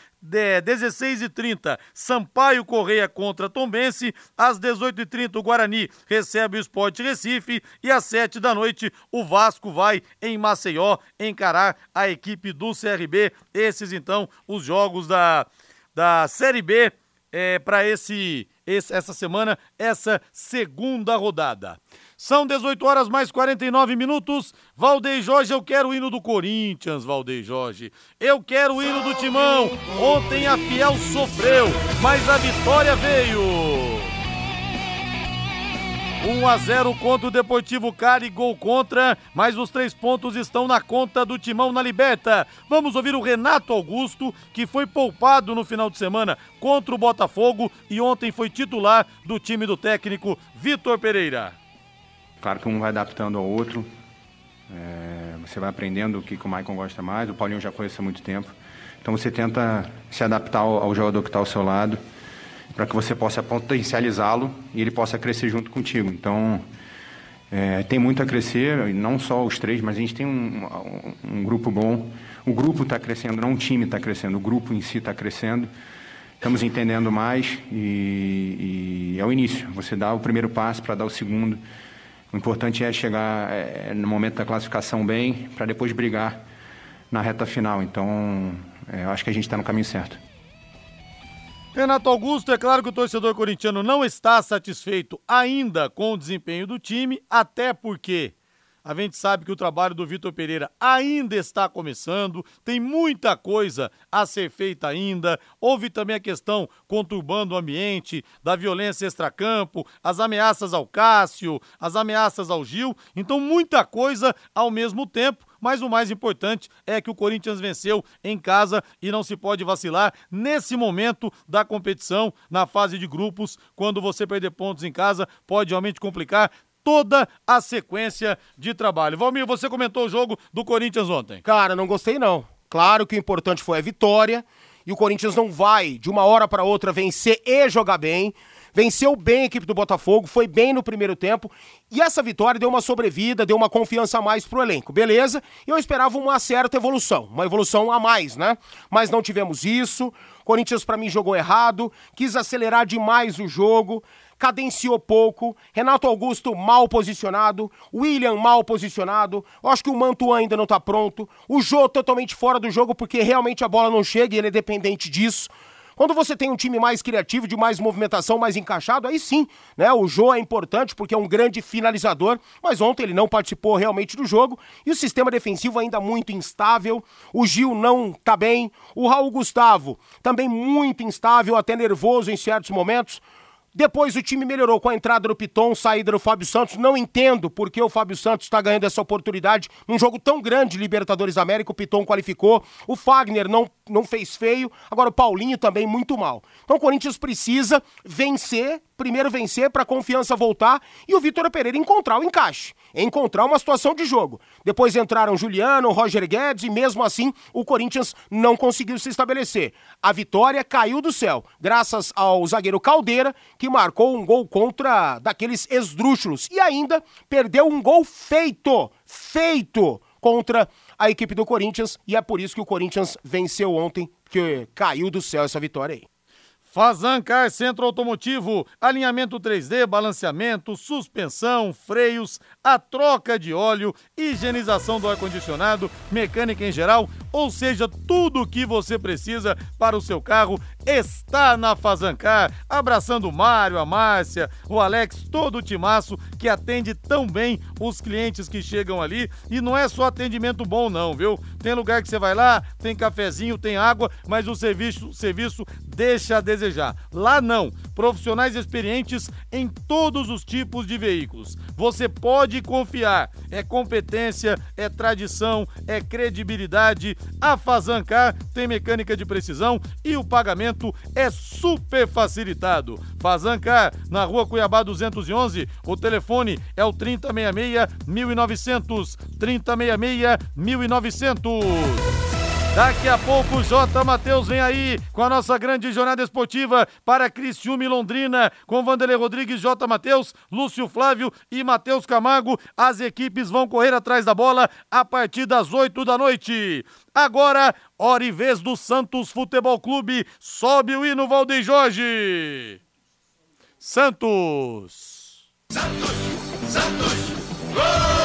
16h30 Sampaio Correia contra Tombense, às 18h30 o Guarani recebe o Sport Recife e às 7 da noite o Vasco vai em Maceió encarar a equipe do CRB. Esses então os jogos da Série B para essa semana, essa segunda rodada. São 18h mais 49 minutos. Valdeir Jorge, eu quero o hino do Corinthians, Valdeir Jorge. Eu quero o hino do Timão. Ontem a Fiel sofreu, mas a vitória veio. 1-0 contra o Deportivo Cali, gol contra, mas os 3 pontos estão na conta do Timão na Liberta. Vamos ouvir o Renato Augusto, que foi poupado no final de semana contra o Botafogo e ontem foi titular do time do técnico Vitor Pereira. Claro que um vai adaptando ao outro, você vai aprendendo o que o Maicon gosta mais, o Paulinho já conhece há muito tempo, então você tenta se adaptar ao jogador que está ao seu lado para que você possa potencializá-lo e ele possa crescer junto contigo. Então, tem muito a crescer, não só os 3, mas a gente tem um grupo bom. O grupo está crescendo, não o time está crescendo, o grupo em si está crescendo. Estamos entendendo mais e é o início. Você dá o primeiro passo para dar o segundo. O importante é chegar no momento da classificação bem, para depois brigar na reta final. Então, eu acho que a gente está no caminho certo. Renato Augusto, é claro que o torcedor corintiano não está satisfeito ainda com o desempenho do time, até porque a gente sabe que o trabalho do Vitor Pereira ainda está começando, tem muita coisa a ser feita ainda. Houve também a questão conturbando o ambiente, da violência extracampo, as ameaças ao Cássio, as ameaças ao Gil, então muita coisa ao mesmo tempo. Mas o mais importante é que o Corinthians venceu em casa e não se pode vacilar nesse momento da competição, na fase de grupos. Quando você perder pontos em casa, pode realmente complicar toda a sequência de trabalho. Valmir, você comentou o jogo do Corinthians ontem. Cara, não gostei não. Claro que o importante foi a vitória e o Corinthians não vai de uma hora para outra vencer e jogar bem. Venceu bem a equipe do Botafogo, foi bem no primeiro tempo e essa vitória deu uma sobrevida, deu uma confiança a mais pro elenco, beleza? Eu esperava uma certa evolução, uma evolução a mais, né? Mas não tivemos isso, o Corinthians pra mim jogou errado, quis acelerar demais o jogo, cadenciou pouco, Renato Augusto mal posicionado, William mal posicionado, eu acho que o Mantuan ainda não tá pronto, o Jô totalmente fora do jogo porque realmente a bola não chega e ele é dependente disso. Quando você tem um time mais criativo, de mais movimentação, mais encaixado, aí sim, né? O Jô é importante porque é um grande finalizador, mas ontem ele não participou realmente do jogo e o sistema defensivo ainda muito instável, o Gil não tá bem, o Raul Gustavo também muito instável, até nervoso em certos momentos. Depois o time melhorou com a entrada do Piton, saída do Fábio Santos. Não entendo por que o Fábio Santos está ganhando essa oportunidade num jogo tão grande, Libertadores da América. O Piton qualificou, o Fagner não fez feio, agora o Paulinho também muito mal. Então o Corinthians precisa vencer, primeiro vencer para a confiança voltar e o Vitor Pereira encontrar o encaixe, encontrar uma situação de jogo. Depois entraram Juliano, Roger Guedes e mesmo assim o Corinthians não conseguiu se estabelecer. A vitória caiu do céu, graças ao zagueiro Caldeira, que marcou um gol contra daqueles esdrúxulos e ainda perdeu um gol feito contra a equipe do Corinthians e é por isso que o Corinthians venceu ontem, que caiu do céu essa vitória aí. Fazan Car Centro Automotivo, alinhamento 3D, balanceamento, suspensão, freios, a troca de óleo, higienização do ar-condicionado, mecânica em geral, ou seja, tudo o que você precisa para o seu carro está na Fazan Car. Abraçando o Mário, a Márcia, o Alex, todo o timaço que atende tão bem os clientes que chegam ali. E não é só atendimento bom não, viu? Tem lugar que você vai lá, tem cafezinho, tem água, mas o serviço deixa a desejar. Lá não. Profissionais experientes em todos os tipos de veículos. Você pode confiar. É competência, é tradição, é credibilidade. A Fazan Car tem mecânica de precisão e o pagamento é super facilitado. Fazan Car, na Rua Cuiabá 211, o telefone é o 3066-1900, 3066-1900. Daqui a pouco o J. Matheus vem aí com a nossa grande jornada esportiva para Criciúma e Londrina, com Vanderlei Rodrigues, J. Matheus, Lúcio Flávio e Matheus Camargo. As equipes vão correr atrás da bola a partir das 8 da noite. Agora, hora e vez do Santos Futebol Clube. Sobe o hino, Valdeir Jorge. Santos! Gol!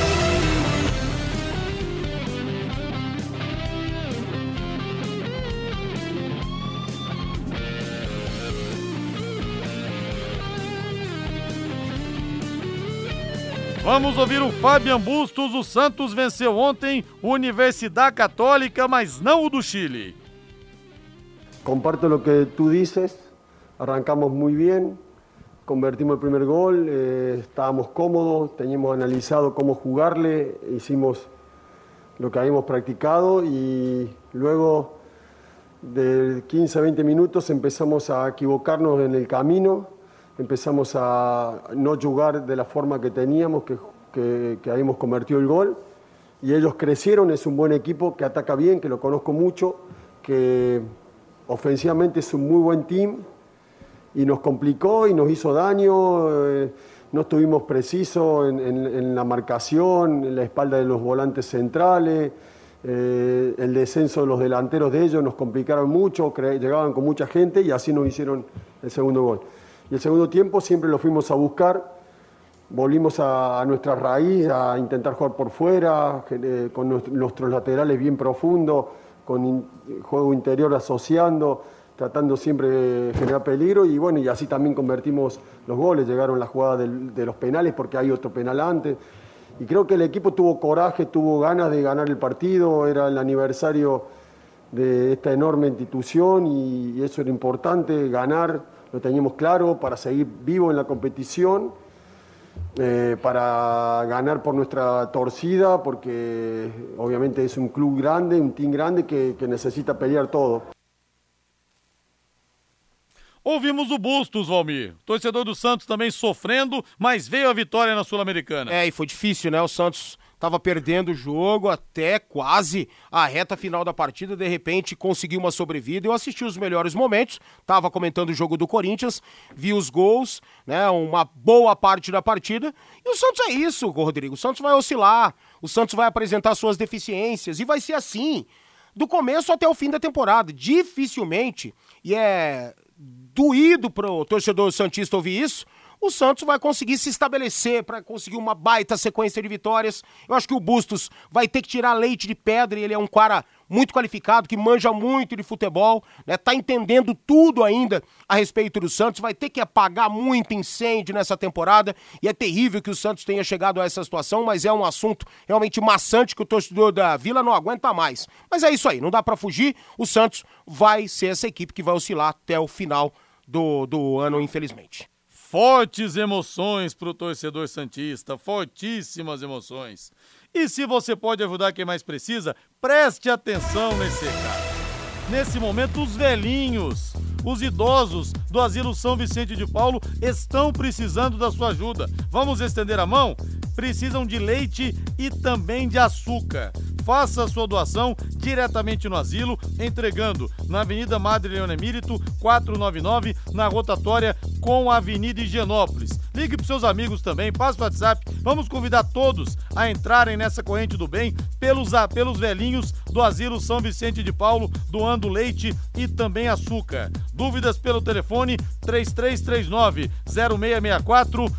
Vamos ouvir o Fabian Bustos. O Santos venceu ontem Universidad Católica, mas não o do Chile. Comparto lo que tú dices, arrancamos muy bien, convertimos el primer gol, estábamos cómodos, teníamos analizado cómo jugarle, hicimos lo que habíamos practicado y luego de 15 a 20 minutos empezamos a equivocarnos en el camino. Empezamos a no jugar de la forma que teníamos, que habíamos convertido el gol. Y ellos crecieron, es un buen equipo que ataca bien, que lo conozco mucho, que ofensivamente es un muy buen team. y nos complicó y nos hizo daño. No estuvimos precisos en la marcación, en la espalda de los volantes centrales. El descenso de los delanteros de ellos nos complicaron mucho, llegaban con mucha gente y así nos hicieron el segundo gol. Y el segundo tiempo siempre lo fuimos a buscar, volvimos a nuestra raíz, a intentar jugar por fuera, con nuestros laterales bien profundos, con juego interior asociando, tratando siempre de generar peligro y bueno, y así también convertimos los goles, llegaron las jugadas de los penales porque hay otro penal antes. Y creo que el equipo tuvo coraje, tuvo ganas de ganar el partido, era el aniversario de esta enorme institución y eso era importante, ganar, lo teníamos claro, para seguir vivo en la competición, para ganar por nuestra torcida, porque obviamente es un club grande, un team grande que necesita pelear todo. Ouvimos o Bustos, Valmir. Torcedor do Santos também sofrendo, mas veio a vitória na Sul-Americana. E foi difícil, né? O Santos estava perdendo o jogo até quase a reta final da partida, de repente conseguiu uma sobrevida. Eu assisti os melhores momentos, estava comentando o jogo do Corinthians, vi os gols, né? Uma boa parte da partida. E o Santos é isso, Rodrigo. O Santos vai oscilar, o Santos vai apresentar suas deficiências e vai ser assim, do começo até o fim da temporada. Dificilmente, e é doído pro torcedor santista ouvir isso, o Santos vai conseguir se estabelecer para conseguir uma baita sequência de vitórias. Eu acho que o Bustos vai ter que tirar leite de pedra, e ele é um cara muito qualificado, que manja muito de futebol, né? Tá entendendo tudo ainda a respeito do Santos, vai ter que apagar muito incêndio nessa temporada, e é terrível que o Santos tenha chegado a essa situação, mas é um assunto realmente maçante que o torcedor da Vila não aguenta mais. Mas é isso aí, não dá para fugir, o Santos vai ser essa equipe que vai oscilar até o final do ano, infelizmente. Fortes emoções pro torcedor santista, fortíssimas emoções. E se você pode ajudar quem mais precisa, preste atenção nesse recado. Nesse momento, os velhinhos, os idosos do Asilo São Vicente de Paulo estão precisando da sua ajuda. Vamos estender a mão? Precisam de leite e também de açúcar. Faça a sua doação diretamente no asilo, entregando na Avenida Madre Leona Emírito, 499, na rotatória com a Avenida Higienópolis. Ligue para seus amigos também, passe o WhatsApp. Vamos convidar todos a entrarem nessa corrente do bem pelos velhinhos do Asilo São Vicente de Paulo, doando leite e também açúcar. Dúvidas pelo telefone 3339-0664,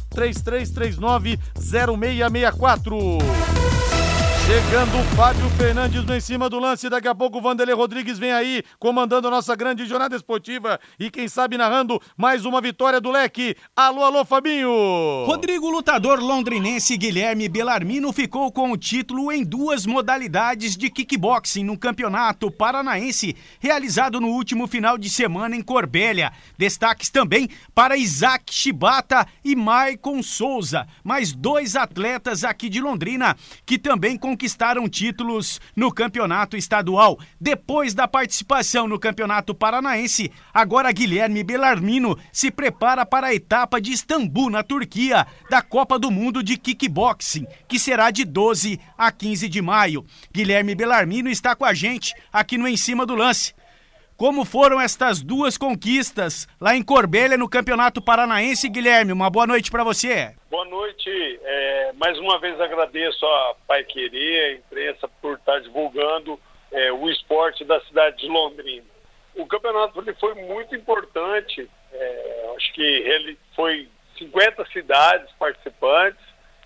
3339-0664. Chegando o Fábio Fernandes no Em Cima do Lance, daqui a pouco o Vanderlei Rodrigues vem aí, comandando a nossa grande jornada esportiva e quem sabe narrando mais uma vitória do Leque. Alô, alô, Fabinho! Rodrigo, lutador londrinense Guilherme Bellarmino ficou com o título em 2 modalidades de kickboxing no Campeonato Paranaense, realizado no último final de semana em Corbélia. Destaques também para Isaac Shibata e Maicon Souza, mais 2 atletas aqui de Londrina, que também conquistaram títulos no campeonato estadual. Depois da participação no campeonato paranaense, agora Guilherme Bellarmino se prepara para a etapa de Istambul, na Turquia, da Copa do Mundo de Kickboxing, que será de 12 a 15 de maio. Guilherme Bellarmino está com a gente aqui no Em Cima do Lance. Como foram estas 2 conquistas lá em Corbélia no Campeonato Paranaense, Guilherme? Uma boa noite para você. Boa noite. Mais uma vez agradeço a Paiquerê, a imprensa, por estar divulgando o esporte da cidade de Londrina. O campeonato foi muito importante. Acho que ele foi 50 cidades participantes,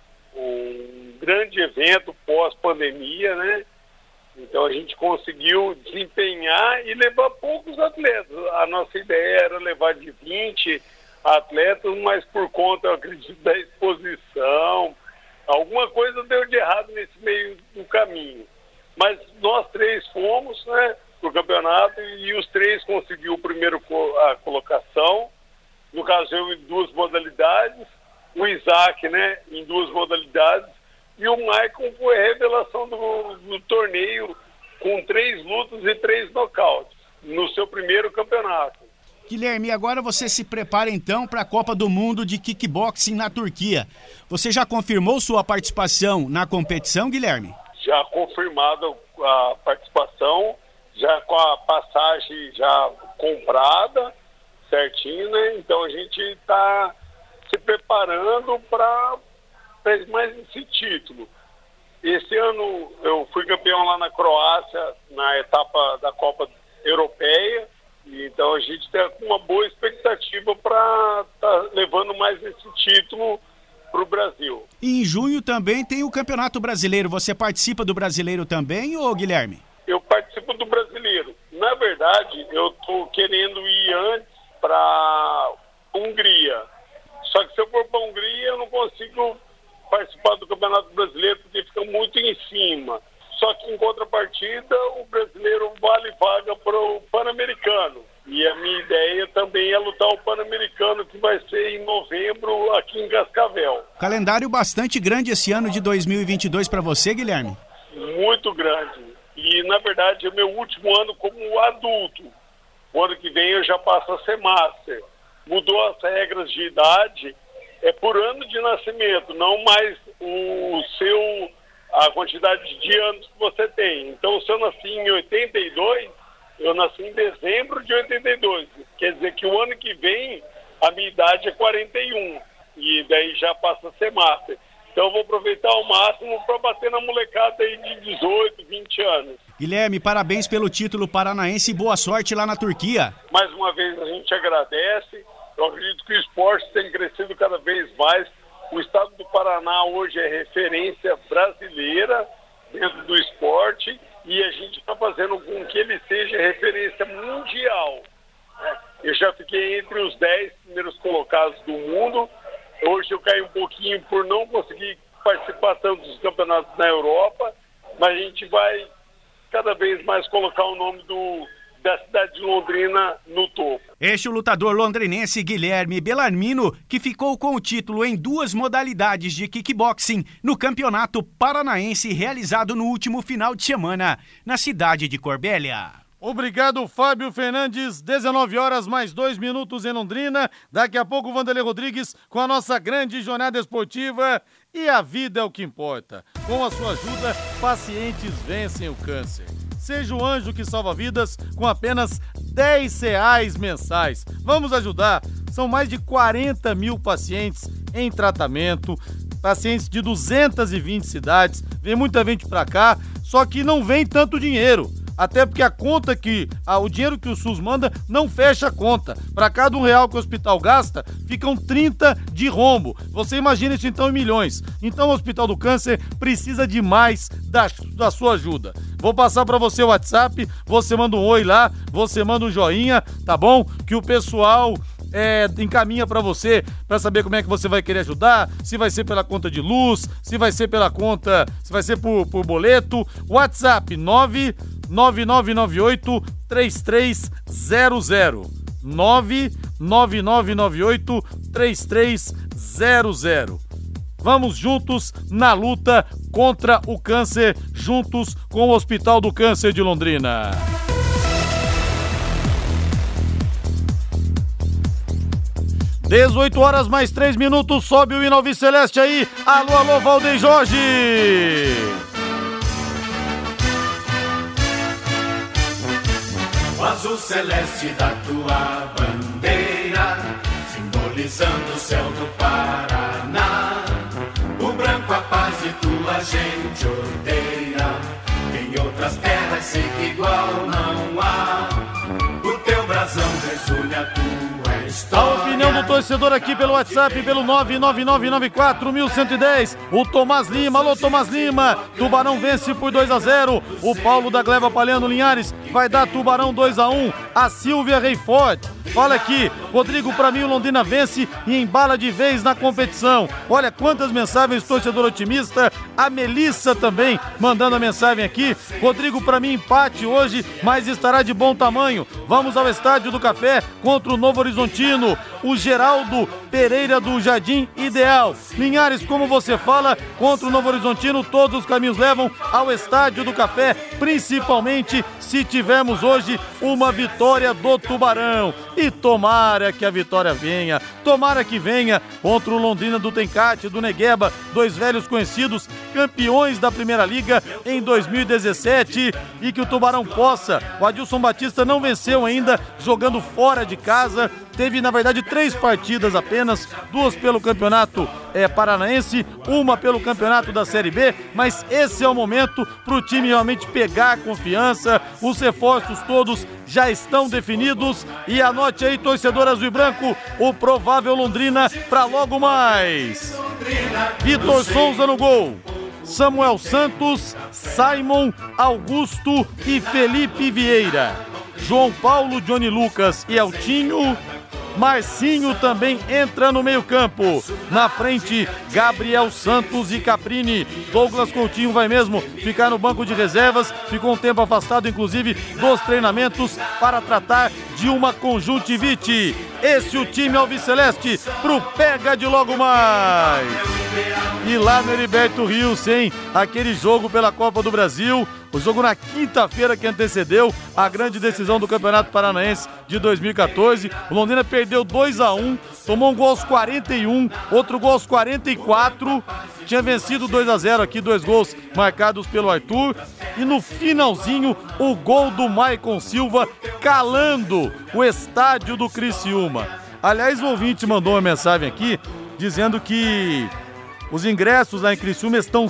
um grande evento pós-pandemia, né? Então a gente conseguiu desempenhar e levar poucos atletas. A nossa ideia era levar de 20 atletas, mas por conta, eu acredito, da exposição, alguma coisa deu de errado nesse meio do caminho. Mas nós 3 fomos, né, pro campeonato e os 3 conseguiu a colocação. No caso, eu em 2 modalidades, o Isaac, né, em 2 modalidades, e o Maicon foi a revelação do torneio com 3 lutas e 3 nocautes no seu primeiro campeonato. Guilherme, agora você se prepara então para a Copa do Mundo de Kickboxing na Turquia. Você já confirmou sua participação na competição, Guilherme? Já confirmada a participação, já com a passagem já comprada, certinho, né? Então a gente está se preparando para mais esse título. Esse ano eu fui campeão lá na Croácia, na etapa da Copa Europeia, então a gente tem uma boa expectativa para estar levando mais esse título para o Brasil. E em junho também tem o Campeonato Brasileiro. Você participa do Brasileiro também, ô Guilherme? Eu participo do Brasileiro. Na verdade, eu estou querendo ir antes para Hungria. Só que se eu for para Hungria, eu não consigo participar do Campeonato Brasileiro porque fica muito em cima. Só que em contrapartida, o brasileiro vale vaga para o Pan-Americano. E a minha ideia também é lutar o Pan-Americano, que vai ser em novembro aqui em Cascavel. Calendário bastante grande esse ano de 2022 para você, Guilherme? Muito grande. E, na verdade, é meu último ano como adulto. O ano que vem eu já passo a ser Master. Mudou as regras de idade, é por ano de nascimento, não mais a quantidade de anos que você tem. Então, se eu nasci em 82, eu nasci em dezembro de 82. Quer dizer que o ano que vem, a minha idade é 41. E daí já passa a ser Master. Então, eu vou aproveitar ao máximo para bater na molecada aí de 18, 20 anos. Guilherme, parabéns pelo título paranaense e boa sorte lá na Turquia. Mais uma vez, a gente agradece. Eu acredito que o esporte tem crescido cada vez mais. O estado do Paraná hoje é referência brasileira dentro do esporte e a gente está fazendo com que ele seja referência mundial. Eu já fiquei entre os 10 primeiros colocados do mundo. Hoje eu caí um pouquinho por não conseguir participar tanto dos campeonatos na Europa, mas a gente vai cada vez mais colocar o nome da cidade de Londrina no topo. Este é o lutador londrinense Guilherme Bellarmino, que ficou com o título em 2 modalidades de kickboxing no Campeonato Paranaense realizado no último final de semana, na cidade de Corbélia. Obrigado, Fábio Fernandes. 19 horas mais 2 minutos em Londrina. Daqui a pouco o Vanderlei Rodrigues com a nossa grande jornada esportiva. E a vida é o que importa. Com a sua ajuda, pacientes vencem o câncer. Seja o anjo que salva vidas com apenas R$10 mensais. Vamos ajudar. São mais de 40 mil pacientes em tratamento, pacientes de 220 cidades. Vem muita gente pra cá, só que não vem tanto dinheiro. Até porque a conta o dinheiro que o SUS manda não fecha a conta. Para cada R$1 que o hospital gasta, ficam 30 de rombo. Você imagina isso então em milhões. Então o Hospital do Câncer precisa demais da sua ajuda. Vou passar para você o WhatsApp, você manda um oi lá, você manda um joinha, tá bom? Que o pessoal encaminha para você, para saber como é que você vai querer ajudar, se vai ser pela conta de luz, se vai ser pela conta, se vai ser por boleto. WhatsApp 99998-3300 99998-3300. Vamos juntos na luta contra o câncer, juntos com o Hospital do Câncer de Londrina. – 18 horas mais 3 minutos, sobe o hino Alvi Celeste aí. Alô, alô, Valdeir Jorge. O azul celeste da tua bandeira, simbolizando o céu do Paraná. O branco a paz e tua gente odeia. Em outras terras sei que igual não há. O teu brasão resume a tua história. A opinião do torcedor aqui pelo WhatsApp, pelo 99994-1110. O Tomás Lima, alô Tomás Lima. Tubarão vence por 2-0. O Paulo da Gleba Palhano Linhares vai dar Tubarão 2-1. A Silvia Reifort fala aqui, Rodrigo, pra mim o Londrina vence e embala de vez na competição. Olha quantas mensagens, torcedor otimista. A Melissa também mandando a mensagem aqui. Rodrigo, pra mim empate hoje, mas estará de bom tamanho. Vamos ao Estádio do Café contra o Novo Horizontino. O Geraldo Pereira do Jardim Ideal. Linhares, como você fala, contra o Novo Horizontino, todos os caminhos levam ao Estádio do Café, principalmente se tivermos hoje uma vitória do Tubarão. E tomara que a vitória venha, tomara que venha contra o Londrina do Tencate, do Negueba, 2 velhos conhecidos, campeões da Primeira Liga em 2017, e que o Tubarão possa. O Adilson Batista não venceu ainda, jogando fora de casa, teve na verdade 3 partidas apenas, 2 pelo campeonato paranaense, 1 pelo campeonato da Série B, mas esse é o momento para o time realmente pegar confiança, os reforços todos já estão definidos e anote aí, torcedor azul e branco, o provável Londrina para logo mais. Vitor Souza no gol, Samuel Santos, Simon, Augusto e Felipe Vieira, João Paulo, Johnny Lucas e Eltinho. Marcinho também entra no meio-campo. Na frente, Gabriel Santos e Caprini. Douglas Coutinho vai mesmo ficar no banco de reservas. Ficou um tempo afastado, inclusive, dos treinamentos para tratar de uma conjuntivite. Esse é o time alviceleste pro pega de logo mais. E lá no Heriberto Rios, hein? Aquele jogo pela Copa do Brasil. O jogo na quinta-feira que antecedeu a grande decisão do Campeonato Paranaense de 2014. O Londrina perdeu 2-1, tomou um gol aos 41, outro gol aos 44. Tinha vencido 2-0 aqui, 2 gols marcados pelo Arthur. E no finalzinho, o gol do Maicon Silva calando o estádio do Criciúma. Aliás, o ouvinte mandou uma mensagem aqui dizendo que os ingressos lá em Criciúma estão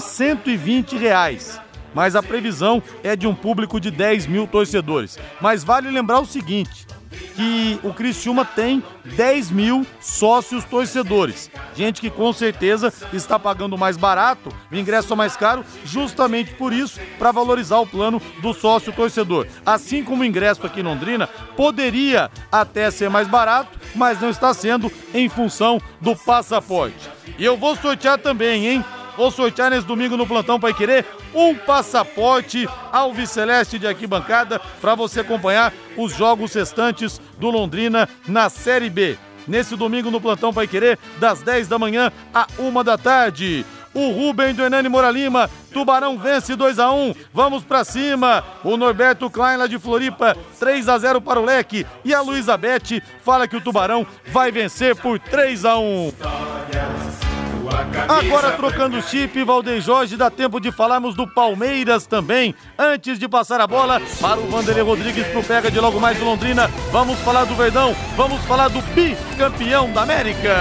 R$120. Mas a previsão é de um público de 10 mil torcedores. Mas vale lembrar o seguinte, que o Criciúma tem 10 mil sócios torcedores. Gente que com certeza está pagando mais barato, o ingresso é mais caro, justamente por isso, para valorizar o plano do sócio torcedor. Assim como o ingresso aqui em Londrina poderia até ser mais barato, mas não está sendo em função do passaporte. E eu vou sortear também, hein? Vou sortear nesse domingo no Plantão Paiquerê um passaporte alviceleste de arquibancada para você acompanhar os jogos restantes do Londrina na Série B. Nesse domingo no Plantão Paiquerê, das 10 da manhã à 1 da tarde. O Rubem do Hernani Moura Lima, Tubarão vence 2-1, vamos pra cima. O Norberto Klein lá de Floripa, 3-0 para o Leque. E a Luísa Bete fala que o Tubarão vai vencer por 3-1. Agora trocando o chip, Valdeir Jorge, dá tempo de falarmos do Palmeiras também. Antes de passar a bola para o Vanderlei Rodrigues pro pega de logo mais do Londrina, vamos falar do Verdão, vamos falar do bicampeão da América.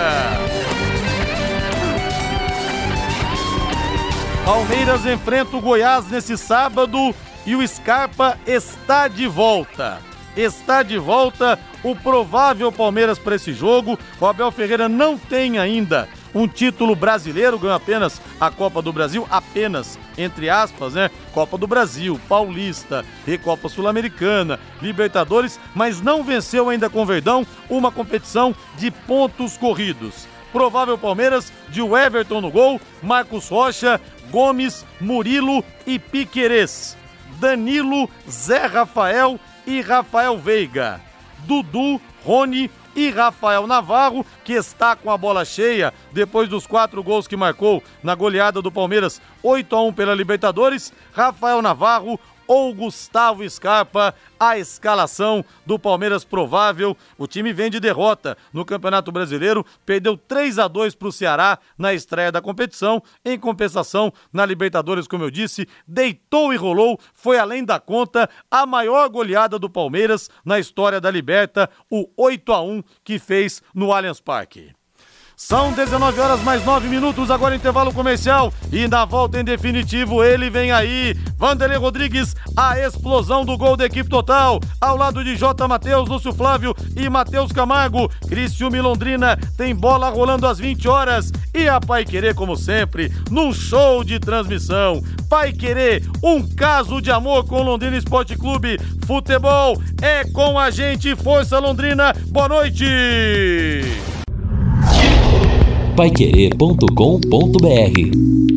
Palmeiras enfrenta o Goiás nesse sábado e o Scarpa está de volta. Está de volta o provável Palmeiras para esse jogo. O Abel Ferreira não tem ainda um título brasileiro, ganhou apenas a Copa do Brasil, apenas, entre aspas, né? Copa do Brasil, Paulista, Recopa Sul-Americana, Libertadores, mas não venceu ainda com o Verdão uma competição de pontos corridos. Provável Palmeiras de Everton no gol, Marcos Rocha, Gomes, Murilo e Piquerez, Danilo, Zé Rafael e Rafael Veiga, Dudu, Rony e Rafael Navarro, que está com a bola cheia depois dos 4 gols que marcou na goleada do Palmeiras 8-1 pela Libertadores. Rafael Navarro ou Gustavo Scarpa, a escalação do Palmeiras provável. O time vem de derrota no Campeonato Brasileiro, perdeu 3-2 para o Ceará na estreia da competição. Em compensação, na Libertadores, como eu disse, deitou e rolou, foi além da conta, a maior goleada do Palmeiras na história da Liberta, o 8-1 que fez no Allianz Parque. São 19 horas mais 9 minutos, agora intervalo comercial e na volta em definitivo ele vem aí, Vanderlei Rodrigues, a explosão do gol da equipe total, ao lado de J. Matheus, Lúcio Flávio e Matheus Camargo. Criciúma e Londrina tem bola rolando às 20 horas e a Paiquerê, como sempre, num show de transmissão. Paiquerê, um caso de amor com o Londrina Esporte Clube. Futebol é com a gente, força Londrina, boa noite! Paiquerê.com.br